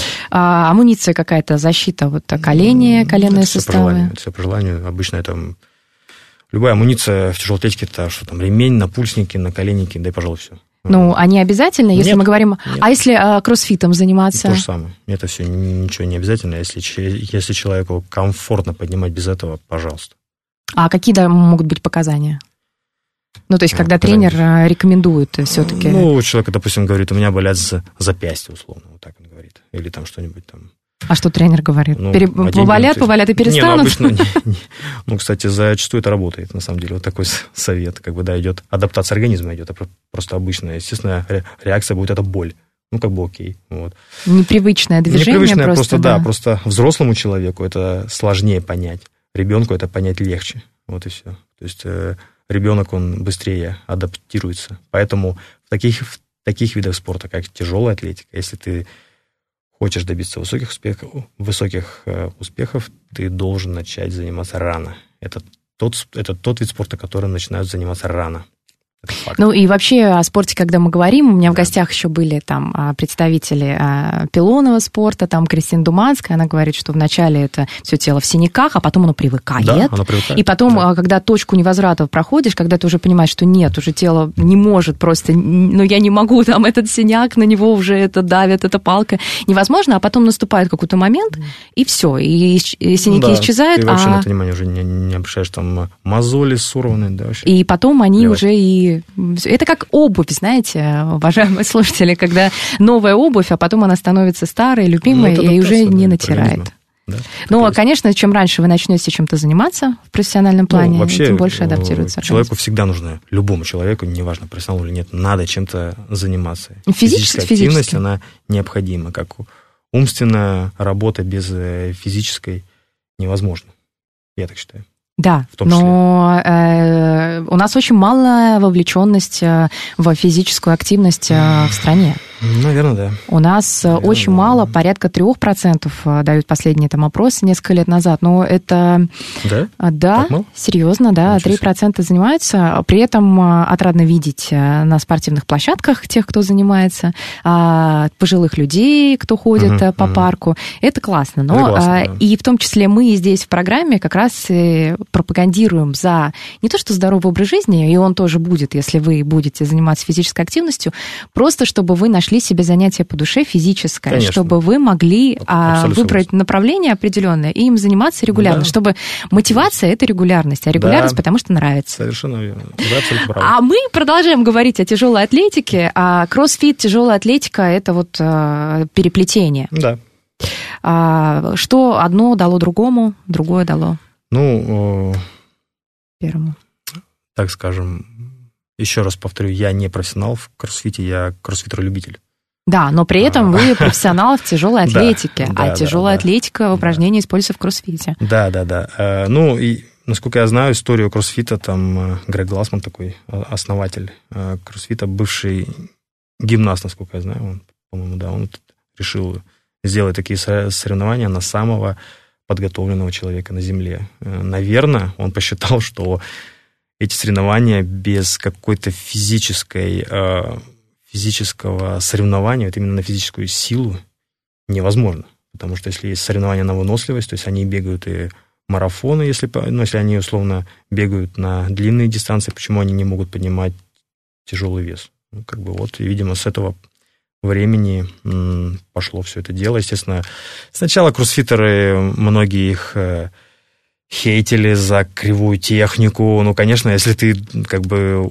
Speaker 5: А, амуниция какая-то, защита, вот колени, коленные это суставы?
Speaker 7: Все по желанию, все по желанию. Обычно это любая амуниция в тяжелой атлетике, это что там, ремень, напульсники, наколенники, да и, пожалуй, все.
Speaker 5: Ну, они обязательно, если
Speaker 7: нет,
Speaker 5: мы говорим...
Speaker 7: Нет.
Speaker 5: А если а, кроссфитом заниматься?
Speaker 7: То же самое. Это все ничего не обязательно. Если, если человеку комфортно поднимать без этого, пожалуйста.
Speaker 5: А какие да, могут быть показания? Ну, то есть, когда тренер рекомендует все-таки...
Speaker 7: Ну, человек, допустим, говорит, у меня болят запястья, условно, вот так он говорит. Или там что-нибудь там...
Speaker 5: А что тренер говорит? Ну, Пере... Повалят, повалят и перестанут?
Speaker 7: Не, ну, обычно, не, не. ну, кстати, зачастую это работает, на самом деле. Вот такой совет, как бы, да, идет адаптация организма идет, просто обычная. Естественно, реакция будет это боль. Ну, как бы окей. Вот.
Speaker 5: Непривычное движение
Speaker 7: Непривычное
Speaker 5: просто,
Speaker 7: просто,
Speaker 5: да.
Speaker 7: да, просто взрослому человеку это сложнее понять. Ребенку это понять легче. Вот и все. То есть... ребенок, он быстрее адаптируется. Поэтому в таких, в таких видах спорта, как тяжелая атлетика, если ты хочешь добиться высоких успехов, высоких э, успехов, ты должен начать заниматься рано. Это тот, это тот вид спорта, которым начинают заниматься рано.
Speaker 5: Ну и вообще о спорте, когда мы говорим, у меня да. в гостях еще были там представители пилонного спорта, там Кристина Думанская, она говорит, что вначале это все тело в синяках, а потом оно привыкает.
Speaker 7: Да, оно привыкает.
Speaker 5: И потом,
Speaker 7: да.
Speaker 5: когда точку невозврата проходишь, когда ты уже понимаешь, что нет, уже тело не может просто, ну я не могу, там этот синяк, на него уже это давит, эта палка, невозможно, а потом наступает какой-то момент, и все, и, и синяки да, исчезают.
Speaker 7: Ты вообще
Speaker 5: а...
Speaker 7: на это внимание уже не, не обращаешь, там мозоли сорваны, да, вообще.
Speaker 5: И потом они
Speaker 7: Делать.
Speaker 5: уже и... Это как обувь, знаете, уважаемые слушатели, когда новая обувь, а потом она становится старой, любимой, ну, и уже не натирает.
Speaker 7: Да,
Speaker 5: Но, конечно, чем раньше вы начнете чем-то заниматься в профессиональном плане, ну,
Speaker 7: вообще,
Speaker 5: тем больше адаптируется.
Speaker 7: Человеку всегда нужно, любому человеку, неважно, профессионалу или нет, надо чем-то заниматься.
Speaker 5: Физически,
Speaker 7: Физическая активность, она необходима. Как умственная работа без физической невозможна. Я так считаю.
Speaker 5: Да, но э, у нас очень малая вовлеченность в физическую активность в стране.
Speaker 7: Наверное, да.
Speaker 5: У нас Наверное, очень да. мало, порядка трех процентов дают последние там опросы несколько лет назад, но это...
Speaker 7: Да?
Speaker 5: Да, серьезно, да, три процента занимаются. При этом отрадно видеть на спортивных площадках тех, кто занимается, пожилых людей, кто ходит uh-huh, по uh-huh. парку. Это классно. Но это классно, да. И в том числе мы здесь в программе как раз пропагандируем за не то что здоровый образ жизни, и он тоже будет, если вы будете заниматься физической активностью, просто чтобы вы нашли себе занятие по душе физическое, Конечно. Чтобы вы могли а, выбрать направление определенное и им заниматься регулярно, да. чтобы мотивация – это регулярность, а регулярность да. потому что нравится.
Speaker 7: Совершенно верно. Да, абсолютно правильно.
Speaker 5: А мы продолжаем говорить о тяжелой атлетике, а кроссфит, тяжелая атлетика – это вот а, переплетение.
Speaker 7: Да.
Speaker 5: А, что одно дало другому, другое дало
Speaker 7: ну,
Speaker 5: первому.
Speaker 7: Так скажем, еще раз повторю, я не профессионал в кроссфите, я кроссфитер-любитель.
Speaker 5: Да, но при этом вы профессионал в тяжелой атлетике,
Speaker 7: да,
Speaker 5: а
Speaker 7: да,
Speaker 5: тяжелая
Speaker 7: да,
Speaker 5: атлетика в упражнении да. используется в кроссфите.
Speaker 7: Да, да, да. Ну, и насколько я знаю историю кроссфита, там Грег Глассман такой, основатель кроссфита, бывший гимнаст, насколько я знаю, он, по-моему, да, он решил сделать такие соревнования на самого подготовленного человека на Земле. Наверное, он посчитал, что эти соревнования без какой-то физической, физического соревнования, вот именно на физическую силу, невозможно. Потому что если есть соревнования на выносливость, то есть они бегают и марафоны, если, ну, если они условно бегают на длинные дистанции, почему они не могут поднимать тяжелый вес? Ну, как бы вот, и, видимо, с этого времени м, пошло все это дело. Естественно, сначала кроссфитеры, многие их э, хейтили за кривую технику. Ну, конечно, если ты как бы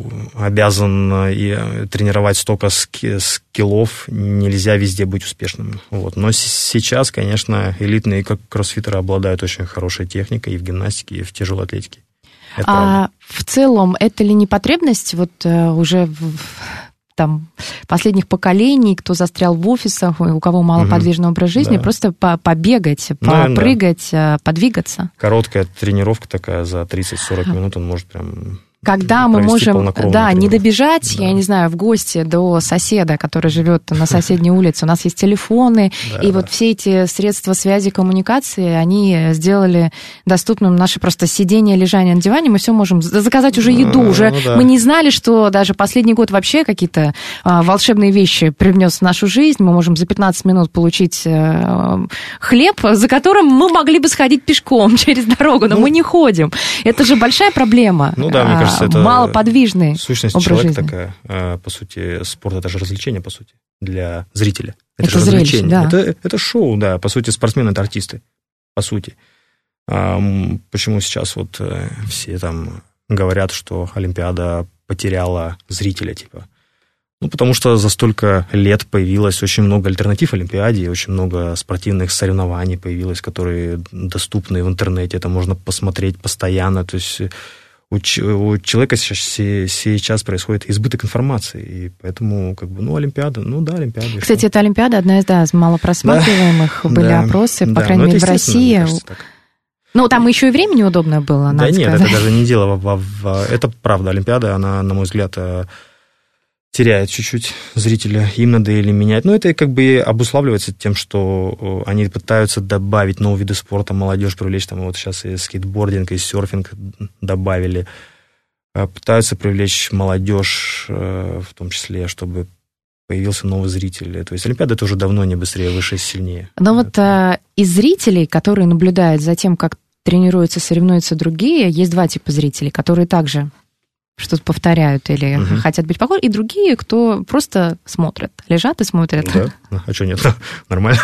Speaker 7: обязан и тренировать столько ски- скиллов, нельзя везде быть успешным. Вот. Но с- сейчас, конечно, элитные кроссфитеры обладают очень хорошей техникой и в гимнастике, и в тяжелой атлетике. Это
Speaker 5: а
Speaker 7: правда.
Speaker 5: В целом, это ли не потребность вот э, уже в, там, последних поколений, кто застрял в офисах, у кого малоподвижный образ жизни,
Speaker 7: Да.
Speaker 5: просто по- побегать,
Speaker 7: Наверное,
Speaker 5: попрыгать, да. подвигаться?
Speaker 7: Короткая тренировка такая за тридцать-сорок минут, он может прям...
Speaker 5: Когда мы
Speaker 7: провести
Speaker 5: можем,
Speaker 7: полнокровную
Speaker 5: да, не
Speaker 7: тренировку.
Speaker 5: добежать,
Speaker 7: Да.
Speaker 5: я не знаю, в гости до соседа, который живет на соседней улице. У нас есть телефоны,
Speaker 7: Да,
Speaker 5: и
Speaker 7: да.
Speaker 5: вот все эти средства связи, коммуникации, они сделали доступным наше просто сидение, лежание на диване. Мы все можем заказать уже еду.
Speaker 7: Ну,
Speaker 5: Уже
Speaker 7: ну да.
Speaker 5: мы не знали, что даже последний год вообще какие-то а, волшебные вещи привнес в нашу жизнь. Мы можем за пятнадцать минут получить а, хлеб, за которым мы могли бы сходить пешком через дорогу, но
Speaker 7: Ну,
Speaker 5: мы не ходим. Это же большая проблема.
Speaker 7: Ну да, мне
Speaker 5: А,
Speaker 7: кажется, это
Speaker 5: малоподвижный
Speaker 7: сущность
Speaker 5: образ
Speaker 7: человека
Speaker 5: жизни.
Speaker 7: такая. А, По сути, спорт — это же развлечение, по сути, для зрителя. Это,
Speaker 5: Это
Speaker 7: же
Speaker 5: зрелище,
Speaker 7: развлечение.
Speaker 5: да.
Speaker 7: Это, это шоу, да. По сути, спортсмены — это артисты, по сути. А, м, почему сейчас вот э, все там говорят, что Олимпиада потеряла зрителя, типа? Ну, потому что за столько лет появилось очень много альтернатив Олимпиаде, очень много спортивных соревнований появилось, которые доступны в интернете, это можно посмотреть постоянно, то есть у, у человека сейчас, сейчас происходит избыток информации, и поэтому, как бы, ну, Олимпиада, ну да, Олимпиада.
Speaker 5: Кстати,
Speaker 7: что?
Speaker 5: эта Олимпиада одна из, да, из малопросматриваемых,
Speaker 7: Да,
Speaker 5: были
Speaker 7: да,
Speaker 5: опросы, по
Speaker 7: да,
Speaker 5: крайней
Speaker 7: но
Speaker 5: мере,
Speaker 7: это
Speaker 5: в
Speaker 7: естественно, мне
Speaker 5: России.
Speaker 7: кажется, так.
Speaker 5: Ну, там еще и время неудобное было,
Speaker 7: Да
Speaker 5: надо
Speaker 7: нет,
Speaker 5: сказать.
Speaker 7: это даже не дело. в- в- Это правда, Олимпиада, она, на мой взгляд, теряет чуть-чуть зрителя, им надо или менять. Но это как бы обуславливается тем, что они пытаются добавить новые виды спорта, молодежь привлечь, там вот сейчас и скейтбординг, и серфинг добавили. Пытаются привлечь молодежь, в том числе, чтобы появился новый зритель. То есть Олимпиада — это уже давно не быстрее, выше, сильнее.
Speaker 5: Но вот а, из зрителей, которые наблюдают за тем, как тренируются, соревнуются другие, есть два типа зрителей, которые также что-то повторяют или
Speaker 7: Мгм.
Speaker 5: хотят быть похожи, и другие, кто просто смотрят, лежат и смотрят.
Speaker 7: Да? А что нет? Нормально.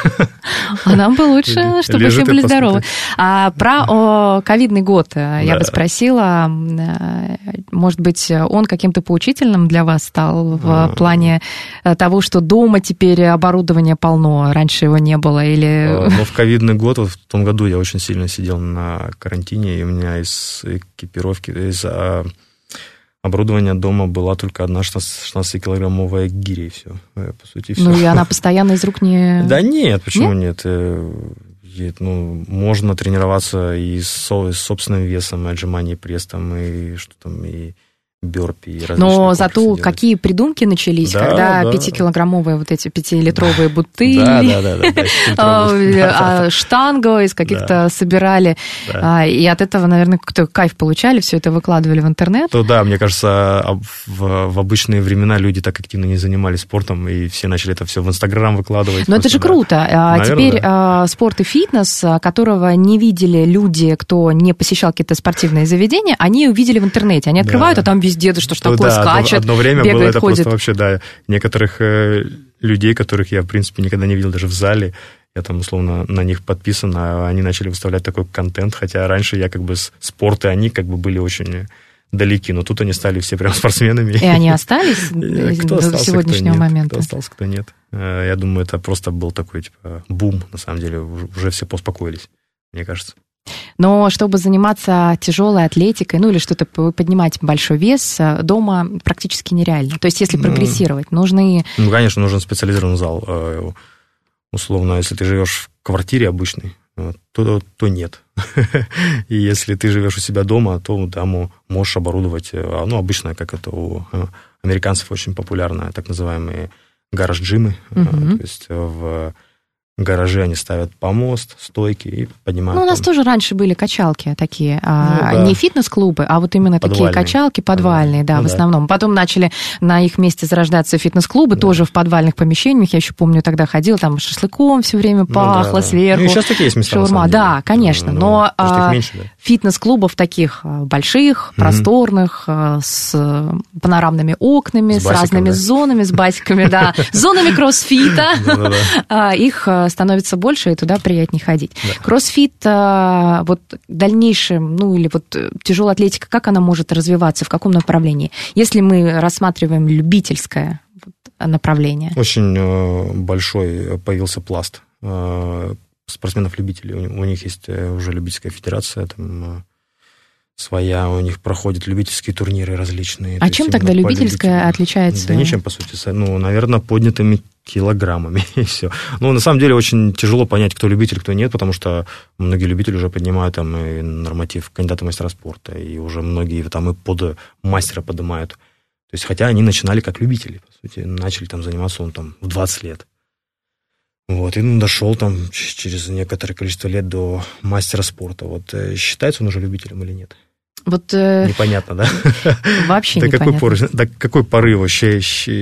Speaker 5: А нам бы лучше, чтобы
Speaker 7: Лежит
Speaker 5: все
Speaker 7: и
Speaker 5: были
Speaker 7: посмотрит.
Speaker 5: здоровы. А про о, ковидный год я
Speaker 7: Да.
Speaker 5: бы спросила, э, может быть, он каким-то поучительным для вас стал в
Speaker 7: А.
Speaker 5: плане того, что дома теперь оборудования полно, раньше его не было, или...
Speaker 7: Но в ковидный год, вот в том году я очень сильно сидел на карантине, и у меня из экипировки, из а, оборудования дома была только одна шестнадцатикилограммовая гиря, и все. По сути, все.
Speaker 5: Ну, и она постоянно из рук не...
Speaker 7: Да нет, почему нет? Э, е- Ну, можно тренироваться и с со- с собственным весом, и отжимание, пресс, там, и что там, и бёрпи, и различные
Speaker 5: Но
Speaker 7: комплексы
Speaker 5: зато
Speaker 7: делать.
Speaker 5: какие придумки начались,
Speaker 7: Да,
Speaker 5: когда
Speaker 7: да.
Speaker 5: пятикилограммовые вот эти пятилитровые бутыли,
Speaker 7: Да, да, да, да, да,
Speaker 5: а,
Speaker 7: фильтровые. Да, да,
Speaker 5: а, штангу из каких-то
Speaker 7: Да.
Speaker 5: собирали,
Speaker 7: да.
Speaker 5: а, и от этого, наверное, какой-то кайф получали, все это выкладывали в интернет.
Speaker 7: То да, мне кажется, об- в, в обычные времена люди так активно не занимались спортом, и все начали это все в Инстаграм выкладывать.
Speaker 5: Но это же
Speaker 7: Просто, да.
Speaker 5: круто. А
Speaker 7: Наверное,
Speaker 5: теперь а, спорт и фитнес, а, которого не видели люди, кто не посещал какие-то спортивные заведения, они увидели в интернете. Они
Speaker 7: Да.
Speaker 5: открывают, а там везде, да что ж
Speaker 7: Ну
Speaker 5: такое,
Speaker 7: да, одно-
Speaker 5: скачет,
Speaker 7: одно время было
Speaker 5: бегает,
Speaker 7: это
Speaker 5: ходит.
Speaker 7: просто вообще, да, некоторых э, людей, которых я, в принципе, никогда не видел даже в зале, я там, условно, на них подписан, а они начали выставлять такой контент, хотя раньше я как бы с спорт и они как бы были очень далеки, но тут они стали все прям спортсменами.
Speaker 5: И они остались
Speaker 7: И кто
Speaker 5: до
Speaker 7: остался,
Speaker 5: сегодняшнего
Speaker 7: кто нет,
Speaker 5: момента.
Speaker 7: Кто остался, кто нет. Э, Я думаю, это просто был такой, типа, бум, на самом деле, уже уже все поуспокоились, мне кажется.
Speaker 5: Но чтобы заниматься тяжелой атлетикой, ну или что-то п- поднимать большой вес, дома практически нереально. То есть если
Speaker 7: Ну.
Speaker 5: прогрессировать, нужны...
Speaker 7: Ну, конечно, нужен специализированный зал. Э, Условно, если ты живешь в квартире обычной, то, то нет. И если ты живешь у себя дома, то там можешь оборудовать, ну, обычно, как это у американцев очень популярно, так называемые гараж-джимы, uh-huh. то есть в гараже они ставят помост, стойки и поднимают.
Speaker 5: Ну, у нас
Speaker 7: там.
Speaker 5: Тоже раньше были качалки такие, ну,
Speaker 7: а,
Speaker 5: да. Не фитнес-клубы, а вот именно подвальные. Такие качалки подвальные, да, ну, в да. основном. Потом начали на их месте зарождаться фитнес-клубы, да. тоже в подвальных помещениях. Я еще помню, тогда ходила, там шашлыком все время пахло, ну, да, сверху.
Speaker 7: Ну, и сейчас такие есть места,
Speaker 5: шаурма. Да, конечно, ну, но а, меньше, да. фитнес-клубов таких больших, mm-hmm. просторных, с панорамными окнами, с, с басиком, разными да? зонами, с басиками, да, зонами кроссфита, их становится больше, и туда приятнее ходить. Да. Кроссфит, вот дальнейшем, ну или вот тяжелая атлетика, как она может развиваться, в каком направлении? Если мы рассматриваем любительское направление.
Speaker 7: Очень большой появился пласт спортсменов-любителей. У них есть уже любительская федерация, там своя, у них проходят любительские турниры различные.
Speaker 5: А чем тогда любительская отличается?
Speaker 7: Да ничем, по сути. Ну, наверное, поднятыми килограммами, и все. Ну, на самом деле, очень тяжело понять, кто любитель, кто нет, потому что многие любители уже поднимают там и норматив кандидата в мастера спорта, и уже многие там и под мастера поднимают. То есть, хотя они начинали как любители, по сути, начали там заниматься он там в двадцать лет. Вот, и ну, дошел там через некоторое количество лет до мастера спорта. Вот считается он уже любителем или нет?
Speaker 5: Вот, э...
Speaker 7: Непонятно, да?
Speaker 5: Вообще
Speaker 7: до
Speaker 5: непонятно.
Speaker 7: Какой поры, до какой поры вообще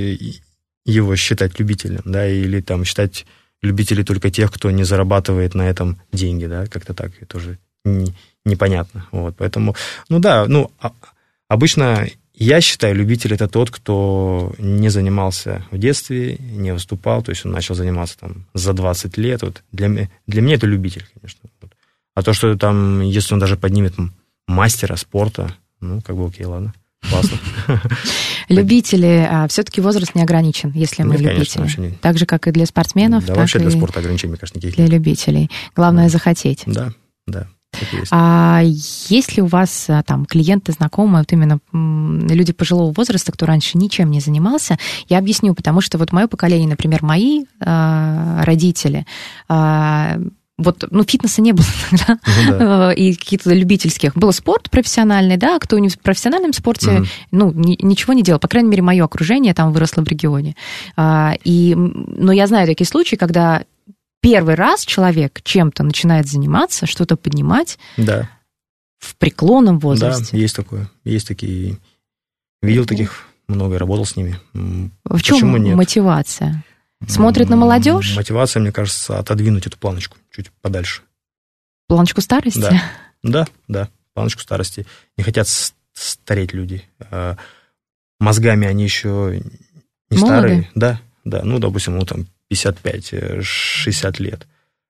Speaker 7: его считать любителем, да, или там считать любителей только тех, кто не зарабатывает на этом деньги, да, как-то так, и тоже не, непонятно. Вот, поэтому, ну да, ну, обычно я считаю, любитель – это тот, кто не занимался в детстве, не выступал, то есть он начал заниматься там за двадцать лет. Вот для, для меня это любитель, конечно. Вот. А то, что там, если он даже поднимет мастера спорта, ну, как бы окей, ладно, классно.
Speaker 5: Любители, все-таки возраст не ограничен, если мы любители. Так же, как и для спортсменов,
Speaker 7: да, вообще для спорта ограничений, мне кажется, никаких
Speaker 5: нет. Для любителей. Главное – захотеть.
Speaker 7: Да, да. Есть.
Speaker 5: А есть ли у вас там клиенты, знакомые, вот именно люди пожилого возраста, кто раньше ничем не занимался? Я объясню, потому что вот мое поколение, например, мои э, родители, э, вот, ну, фитнеса не было тогда, ну, да. и каких-то любительских. Был спорт профессиональный, да, кто в профессиональном спорте, mm-hmm. ну, ни, ничего не делал. По крайней мере, мое окружение там выросло в регионе. А, и, но я знаю такие случаи, когда первый раз человек чем-то начинает заниматься, что-то поднимать
Speaker 7: да.
Speaker 5: в преклонном возрасте.
Speaker 7: Да, есть такое. Есть такие. Видел таких много, работал с ними.
Speaker 5: В чем нет? Мотивация? Смотрит на молодежь?
Speaker 7: Мотивация, мне кажется, отодвинуть эту планочку чуть подальше.
Speaker 5: Планочку старости?
Speaker 7: Да, да, да, планочку старости. Не хотят стареть люди. Мозгами они еще не
Speaker 5: Молоды?
Speaker 7: Старые. Да, да. Ну, допустим, ну там пятьдесят пять шестьдесят лет.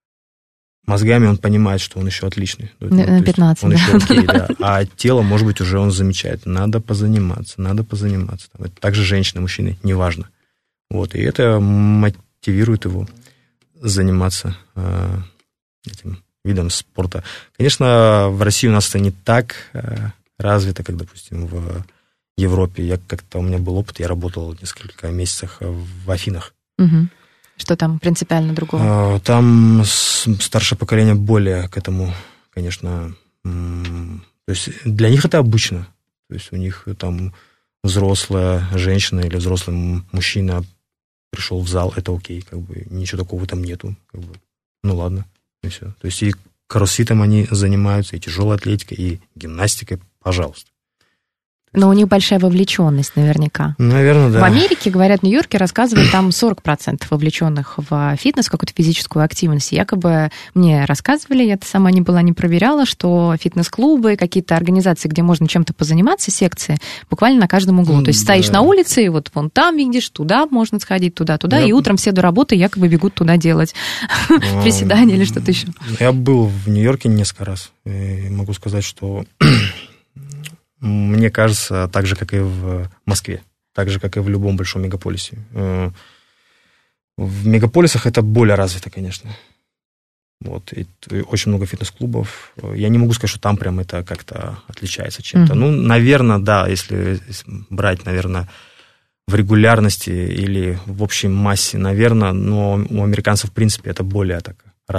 Speaker 7: Мозгами он понимает, что он еще отличный.
Speaker 5: На пятнадцать,
Speaker 7: он
Speaker 5: да.
Speaker 7: еще окей, да. А тело, может быть, уже он замечает. Надо позаниматься, надо позаниматься. Также женщины, мужчины, неважно. Вот, и это мотивирует его заниматься э, этим видом спорта. Конечно, в России у нас это не так э, развито, как, допустим, в Европе. Я как-то, у меня был опыт, я работал несколько месяцев в Афинах.
Speaker 5: Угу. Что там принципиально другого?
Speaker 7: Э, там старшее поколение более к этому, конечно, м- то есть для них это обычно. То есть у них там взрослая женщина или взрослый мужчина пришел в зал, это окей, как бы ничего такого там нету, как бы, ну ладно, и все. То есть и кроссфитом они занимаются, и тяжелой атлетикой, и гимнастикой, пожалуйста.
Speaker 5: Но у них большая вовлеченность наверняка.
Speaker 7: Наверное, да.
Speaker 5: В Америке, говорят, в Нью-Йорке рассказывают, там сорок процентов вовлеченных в фитнес, в какую-то физическую активность. Якобы мне рассказывали, я сама не была, не проверяла, что фитнес-клубы, какие-то организации, где можно чем-то позаниматься, секции, буквально на каждом углу. То есть да. стоишь на улице, и вот вон там видишь, туда можно сходить, туда-туда, я... и утром все до работы якобы бегут туда делать приседания или что-то еще.
Speaker 7: Я был в Нью-Йорке несколько раз, и могу сказать, что... Мне кажется, так же, как и в Москве, так же, как и в любом большом мегаполисе. В мегаполисах это более развито, конечно. Вот, и очень много фитнес-клубов. Я не могу сказать, что там прям это как-то отличается чем-то. Mm-hmm. Ну, наверное, да, если брать, наверное, в регулярности или в общей массе, наверное, но у американцев, в принципе, это более так развито,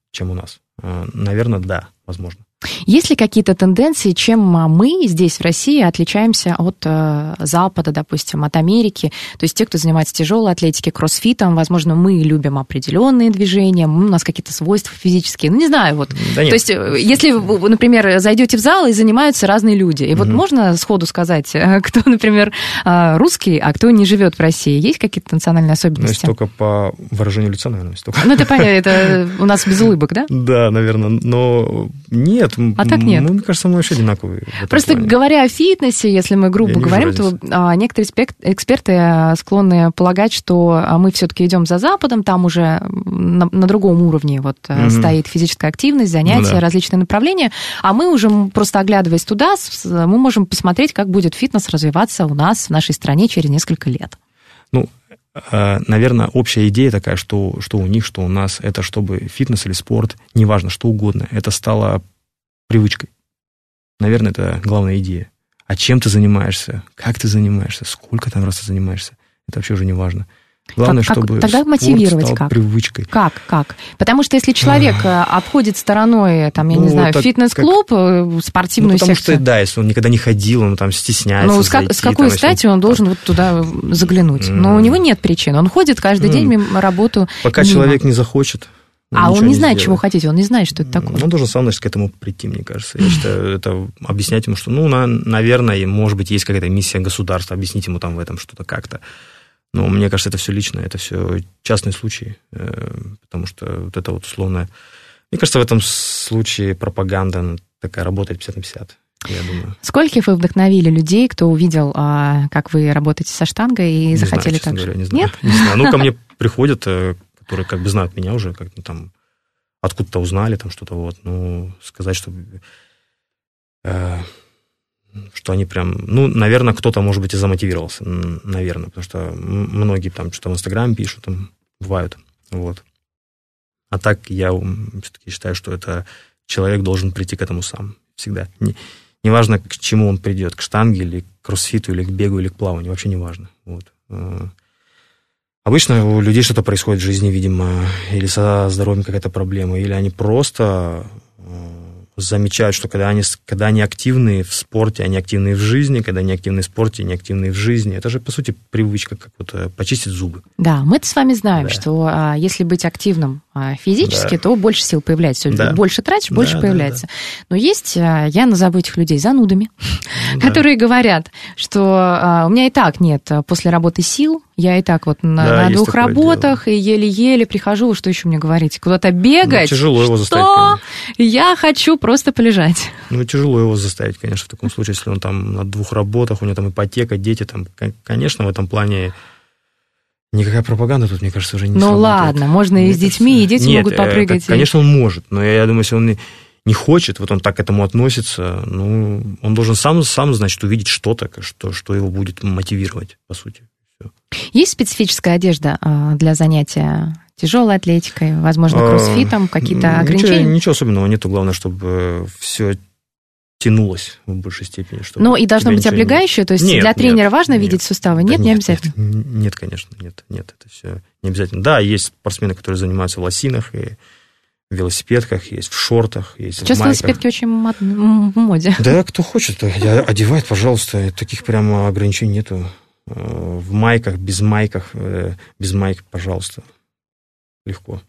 Speaker 7: чем у нас. Наверное, да, возможно.
Speaker 5: Есть ли какие-то тенденции, чем мы здесь, в России, отличаемся от э, Запада, допустим, от Америки? То есть те, кто занимается тяжелой атлетикой, кроссфитом, возможно, мы любим определенные движения, у нас какие-то свойства физические, ну, не знаю, вот.
Speaker 7: Да нет.
Speaker 5: То есть если вы, например, зайдете в зал, и занимаются разные люди, и вот угу. можно сходу сказать, кто, например, русский, а кто не живет в России? Есть какие-то национальные особенности?
Speaker 7: Ну, только по выражению лица, наверное. Только.
Speaker 5: Ну, это понятно, это у нас без улыбок, да?
Speaker 7: Да, наверное, но нет.
Speaker 5: А так нет.
Speaker 7: Ну, мне кажется, мы вообще одинаковые.
Speaker 5: Просто
Speaker 7: плане.
Speaker 5: Говоря о фитнесе, если мы грубо говорим, то а, некоторые эксперты склонны полагать, что мы все-таки идем за Западом, там уже на, на другом уровне вот, mm-hmm. стоит физическая активность, занятия, ну, да. различные направления, а мы уже, просто оглядываясь туда, мы можем посмотреть, как будет фитнес развиваться у нас, в нашей стране через несколько лет.
Speaker 7: Ну, наверное, общая идея такая, что, что у них, что у нас, это чтобы фитнес или спорт, неважно, что угодно, это стало привычкой. Наверное, это главная идея. А чем ты занимаешься? Как ты занимаешься? Сколько там раз ты занимаешься? Это вообще уже не важно. Главное,
Speaker 5: как,
Speaker 7: чтобы
Speaker 5: тогда
Speaker 7: спорт
Speaker 5: мотивировать
Speaker 7: стал
Speaker 5: как?
Speaker 7: привычкой.
Speaker 5: Как? Как? Потому что если человек обходит стороной, там, я
Speaker 7: ну,
Speaker 5: не знаю, фитнес-клуб, как... спортивную
Speaker 7: ну, потому
Speaker 5: секцию...
Speaker 7: что, да, если он никогда не ходил, он там стесняется
Speaker 5: Ну, с, как,
Speaker 7: зайти,
Speaker 5: с какой
Speaker 7: там,
Speaker 5: стати он должен вот туда заглянуть? Mm. Но у него нет причин. Он ходит каждый mm. день мимо работу.
Speaker 7: Пока
Speaker 5: мимо.
Speaker 7: Человек не захочет.
Speaker 5: А он не,
Speaker 7: не
Speaker 5: знает,
Speaker 7: сделает.
Speaker 5: Чего хотеть, он не знает, что это такое.
Speaker 7: Он должен сам, значит, к этому прийти, мне кажется. Я считаю, это объяснять ему, что, ну, на, наверное, может быть, есть какая-то миссия государства, объяснить ему там в этом что-то как-то. Но мне кажется, это все личное, это все частные случаи, потому что вот это вот условно... Мне кажется, в этом случае пропаганда такая работает пятьдесят на пятьдесят, я думаю.
Speaker 5: Скольких вы вдохновили людей, кто увидел, как вы работаете со штангой, и
Speaker 7: не
Speaker 5: захотели
Speaker 7: знаю,
Speaker 5: так же?
Speaker 7: Говоря, не знаю.
Speaker 5: Нет?
Speaker 7: Не знаю. Ну, ко мне приходят, которые как бы знают меня уже, как там откуда-то узнали, там что-то вот. Ну, сказать, что... что они прям, ну, наверное, кто-то, может быть, и замотивировался, наверное, потому что многие там что-то в Инстаграме пишут, там, бывают, вот. А так я все-таки считаю, что это человек должен прийти к этому сам, всегда. Не, неважно, к чему он придет, к штанге или к кроссфиту, или к бегу, или к плаванию, вообще неважно, вот. Обычно у людей что-то происходит в жизни, видимо, или со здоровьем какая-то проблема, или они просто... замечают, что когда они, когда они активны в спорте, они активны в жизни, когда они активны в спорте, они активны в жизни. Это же, по сути, привычка, как вот почистить зубы. Да,
Speaker 5: мы-то с вами знаем,
Speaker 7: да.
Speaker 5: что а, если быть активным а, физически, да. то больше сил появляется.
Speaker 7: Да.
Speaker 5: Больше тратишь, больше
Speaker 7: да,
Speaker 5: появляется.
Speaker 7: Да, да.
Speaker 5: Но есть, а, я назову этих людей занудами,
Speaker 7: да.
Speaker 5: которые говорят, что а, у меня и так нет после работы сил, я и так вот на,
Speaker 7: да,
Speaker 5: на двух работах, дело. И еле-еле прихожу, что еще мне говорить, куда-то бегать.
Speaker 7: Ну, тяжело его заставить,
Speaker 5: что? Я хочу просто полежать.
Speaker 7: Ну, тяжело его заставить, конечно, в таком случае, если он там на двух работах, у него там ипотека, дети, там, конечно, в этом плане никакая пропаганда тут, мне кажется, уже не
Speaker 5: Ну,
Speaker 7: сработает.
Speaker 5: ладно, можно мне и с детьми, кажется... и дети
Speaker 7: Нет,
Speaker 5: могут попрыгать.
Speaker 7: Это, конечно, он может, но я, я думаю, если он не хочет, вот он так к этому относится, ну, он должен сам, сам значит, увидеть что-то, что, что его будет мотивировать, по сути. Все.
Speaker 5: Есть специфическая одежда для занятия тяжелой атлетикой, возможно, кроссфитом, какие-то
Speaker 7: а,
Speaker 5: ограничения?
Speaker 7: Ничего, ничего особенного нету, главное, чтобы все тянулось в большей степени.
Speaker 5: Ну, и должно быть облегающее, то есть
Speaker 7: нет,
Speaker 5: для тренера
Speaker 7: нет,
Speaker 5: важно
Speaker 7: нет,
Speaker 5: видеть суставы?
Speaker 7: Да
Speaker 5: Нет,
Speaker 7: нет,
Speaker 5: не обязательно?
Speaker 7: Нет, нет, конечно, нет, нет, это все не обязательно. Да, есть спортсмены, которые занимаются в лосинах и в велосипедках, есть в шортах, есть
Speaker 5: Сейчас
Speaker 7: в майках.
Speaker 5: велосипедки очень в моде.
Speaker 7: Да, кто хочет, одевает, пожалуйста, таких прямо ограничений нету. В майках, без майках, без майк, пожалуйста, легко.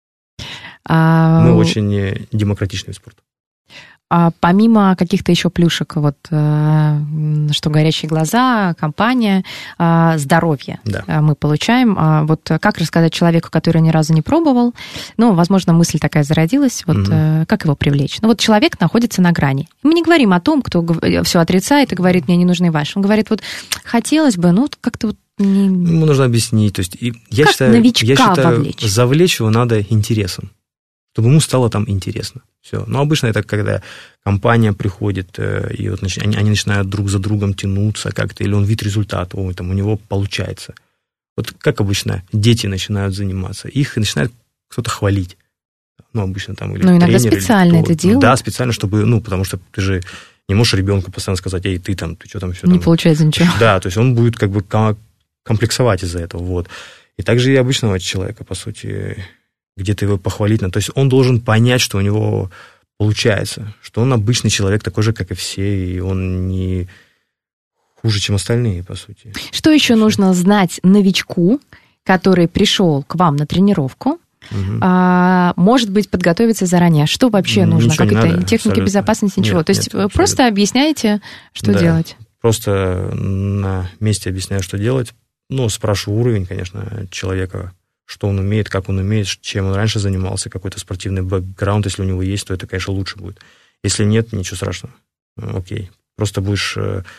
Speaker 7: А... Мы очень демократичный спорт.
Speaker 5: А помимо каких-то еще плюшек, вот, что горящие глаза, компания, здоровье
Speaker 7: да.
Speaker 5: мы получаем. Вот как рассказать человеку, который ни разу не пробовал, ну, возможно, мысль такая зародилась, вот угу. как его привлечь? Ну, вот человек находится на грани. Мы не говорим о том, кто все отрицает и говорит, мне не нужны ваши. Он говорит, вот хотелось бы, ну, как-то вот не...
Speaker 7: Ему нужно объяснить. То есть, я
Speaker 5: как
Speaker 7: считаю,
Speaker 5: новичка
Speaker 7: я считаю,
Speaker 5: вовлечь?
Speaker 7: Завлечь его надо интересом, чтобы ему стало там интересно. Все. Но обычно это когда компания приходит, и вот они, они начинают друг за другом тянуться как-то, или он видит результат, о, там, у него получается. Вот как обычно дети начинают заниматься, их начинает кто-то хвалить. Ну, обычно там или
Speaker 5: Ну, иногда
Speaker 7: тренер,
Speaker 5: специально
Speaker 7: или
Speaker 5: это делают.
Speaker 7: Да, специально, чтобы, ну, потому что ты же не можешь ребенку постоянно сказать, эй, ты там, ты что там, все
Speaker 5: Не
Speaker 7: там.
Speaker 5: получается ничего.
Speaker 7: Да, то есть он будет как бы комплексовать из-за этого, вот. И также и обычного человека, по сути, где-то его похвалить. То есть он должен понять, что у него получается, что он обычный человек, такой же, как и все, и он не хуже, чем остальные, по сути.
Speaker 5: Что еще нужно знать новичку, который пришел к вам на тренировку? Угу. А, может быть, подготовиться заранее. Что вообще
Speaker 7: ничего
Speaker 5: нужно? Какие-то техники
Speaker 7: абсолютно.
Speaker 5: безопасности? Ничего.
Speaker 7: Нет,
Speaker 5: То есть
Speaker 7: нет,
Speaker 5: просто объясняете, что
Speaker 7: да.
Speaker 5: делать?
Speaker 7: Просто на месте объясняю, что делать. Ну, спрашиваю уровень, конечно, человека, что он умеет, как он умеет, чем он раньше занимался, какой-то спортивный бэкграунд, если у него есть, то это, конечно, лучше будет. Если нет, ничего страшного. Окей. Просто будешь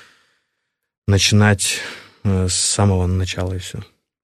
Speaker 7: начинать с самого начала, и все.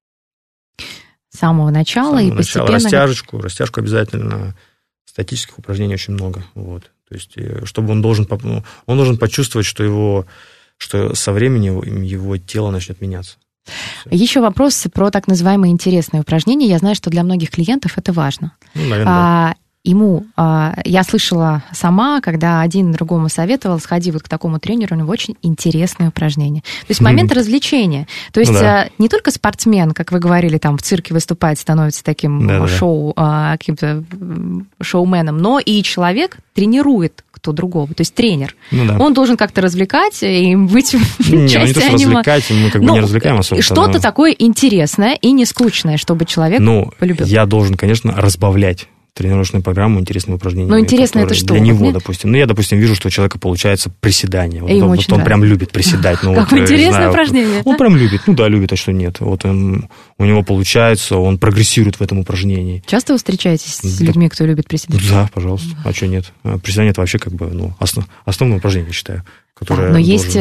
Speaker 5: С самого начала
Speaker 7: С самого
Speaker 5: и постепенно...
Speaker 7: начала. Растяжечку, растяжку обязательно. Статических упражнений очень много. Вот. То есть, чтобы он должен, он должен почувствовать, что, его, что со временем его тело начнет меняться. Все. Еще
Speaker 5: вопрос про так называемые интересные упражнения. Я знаю, что для многих клиентов это важно.
Speaker 7: Ну, наверное,
Speaker 5: а,
Speaker 7: да.
Speaker 5: Ему, я слышала сама, когда один другому советовал, сходи вот к такому тренеру, у него очень интересные упражнения. То есть момент развлечения. То есть ну, да. не только спортсмен, как вы говорили, там в цирке выступает, становится таким да, шоу, да. каким-то шоуменом, но и человек тренирует кто другого, то есть тренер. Ну, да. Он должен как-то развлекать и быть
Speaker 7: не, частью не то, что анима... развлекать, мы как бы ну, не развлекаем особо.
Speaker 5: Что-то но... такое интересное и не скучное, чтобы человек
Speaker 7: ну,
Speaker 5: полюбил.
Speaker 7: Я должен, конечно, разбавлять тренировочную программу интересными упражнениями.
Speaker 5: Ну, интересно это что?
Speaker 7: Для него, нет? допустим. Ну, я, допустим, вижу, что у человека получается приседание. Вот,
Speaker 5: вот
Speaker 7: он
Speaker 5: нравится.
Speaker 7: прям любит приседать. Ну,
Speaker 5: как
Speaker 7: вот,
Speaker 5: интересное
Speaker 7: знаю,
Speaker 5: упражнение.
Speaker 7: Он прям любит. Ну, да, любит, а что нет. Вот он, у него получается, он прогрессирует в этом упражнении.
Speaker 5: Часто вы встречаетесь с людьми, кто любит приседать?
Speaker 7: Да, пожалуйста. А что нет? Приседание – это вообще как бы ну, основ, основное упражнение, я считаю.
Speaker 5: Да, но есть,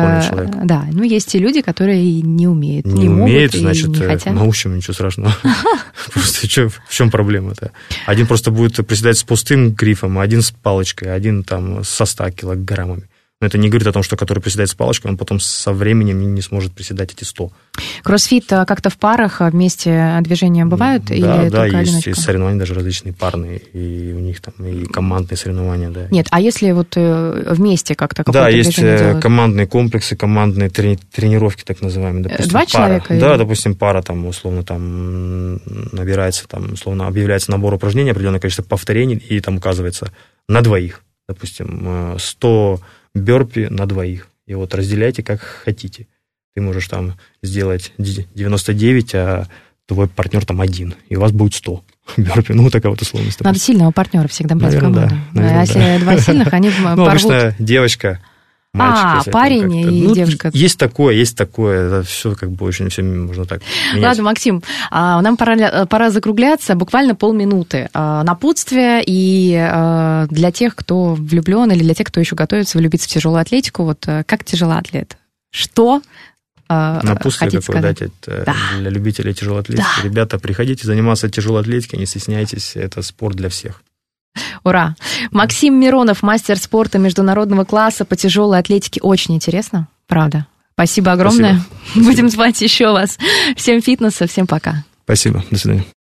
Speaker 5: да, но есть и люди, которые не умеют, не,
Speaker 7: не
Speaker 5: могут
Speaker 7: умеют,
Speaker 5: и
Speaker 7: значит,
Speaker 5: не хотят.
Speaker 7: Научим, ничего страшного. Просто в чем проблема-то? Один просто будет приседать с пустым грифом, один с палочкой, один там со ста килограммами. Но это не говорит о том, что который приседает с палочкой, он потом со временем не сможет приседать эти сто.
Speaker 5: Кроссфит как-то в парах вместе движения бывают?
Speaker 7: Да,
Speaker 5: или
Speaker 7: да,
Speaker 5: только
Speaker 7: есть
Speaker 5: одиночка?
Speaker 7: И соревнования даже различные, парные, и у них там и командные соревнования, да.
Speaker 5: Нет, а если вот вместе как-то какое-то
Speaker 7: да, есть
Speaker 5: движение делают?
Speaker 7: Командные комплексы, командные трени- тренировки, так называемые. Допустим,
Speaker 5: Два
Speaker 7: пара.
Speaker 5: человека?
Speaker 7: Да,
Speaker 5: или?
Speaker 7: допустим, пара там условно там набирается, там условно объявляется набор упражнений, определенное количество повторений, и там указывается на двоих, допустим, сто бёрпи на двоих. И вот разделяйте, как хотите. Ты можешь там сделать девяносто девять, а твой партнер там один, и у вас будет сто бёрпи. Ну, такая вот условность.
Speaker 5: Надо сильного партнера всегда брать в команду.
Speaker 7: Да, наверное,
Speaker 5: а если
Speaker 7: да.
Speaker 5: два сильных, они порвут.
Speaker 7: Ну, обычно девочка, мальчик.
Speaker 5: А, парень и
Speaker 7: ну,
Speaker 5: девушка.
Speaker 7: Есть такое, есть такое. Это все как бы очень все можно так менять.
Speaker 5: Ладно, Максим, нам пора, пора закругляться. Буквально полминуты. Напутствие и для тех, кто влюблен, или для тех, кто еще готовится влюбиться в тяжелую атлетику. Вот как тяжелоатлет? Что
Speaker 7: Напутствие
Speaker 5: хотите
Speaker 7: какое
Speaker 5: сказать?
Speaker 7: дать это
Speaker 5: да.
Speaker 7: для любителей тяжелой атлетики.
Speaker 5: Да.
Speaker 7: Ребята, приходите заниматься тяжелой атлетикой, не стесняйтесь. Это спорт для всех.
Speaker 5: Ура! Максим Миронов, мастер спорта международного класса по тяжелой атлетике. Очень интересно, правда. Спасибо огромное.
Speaker 7: Спасибо.
Speaker 5: Будем звать еще вас. Всем фитнеса, всем пока.
Speaker 7: Спасибо, до свидания.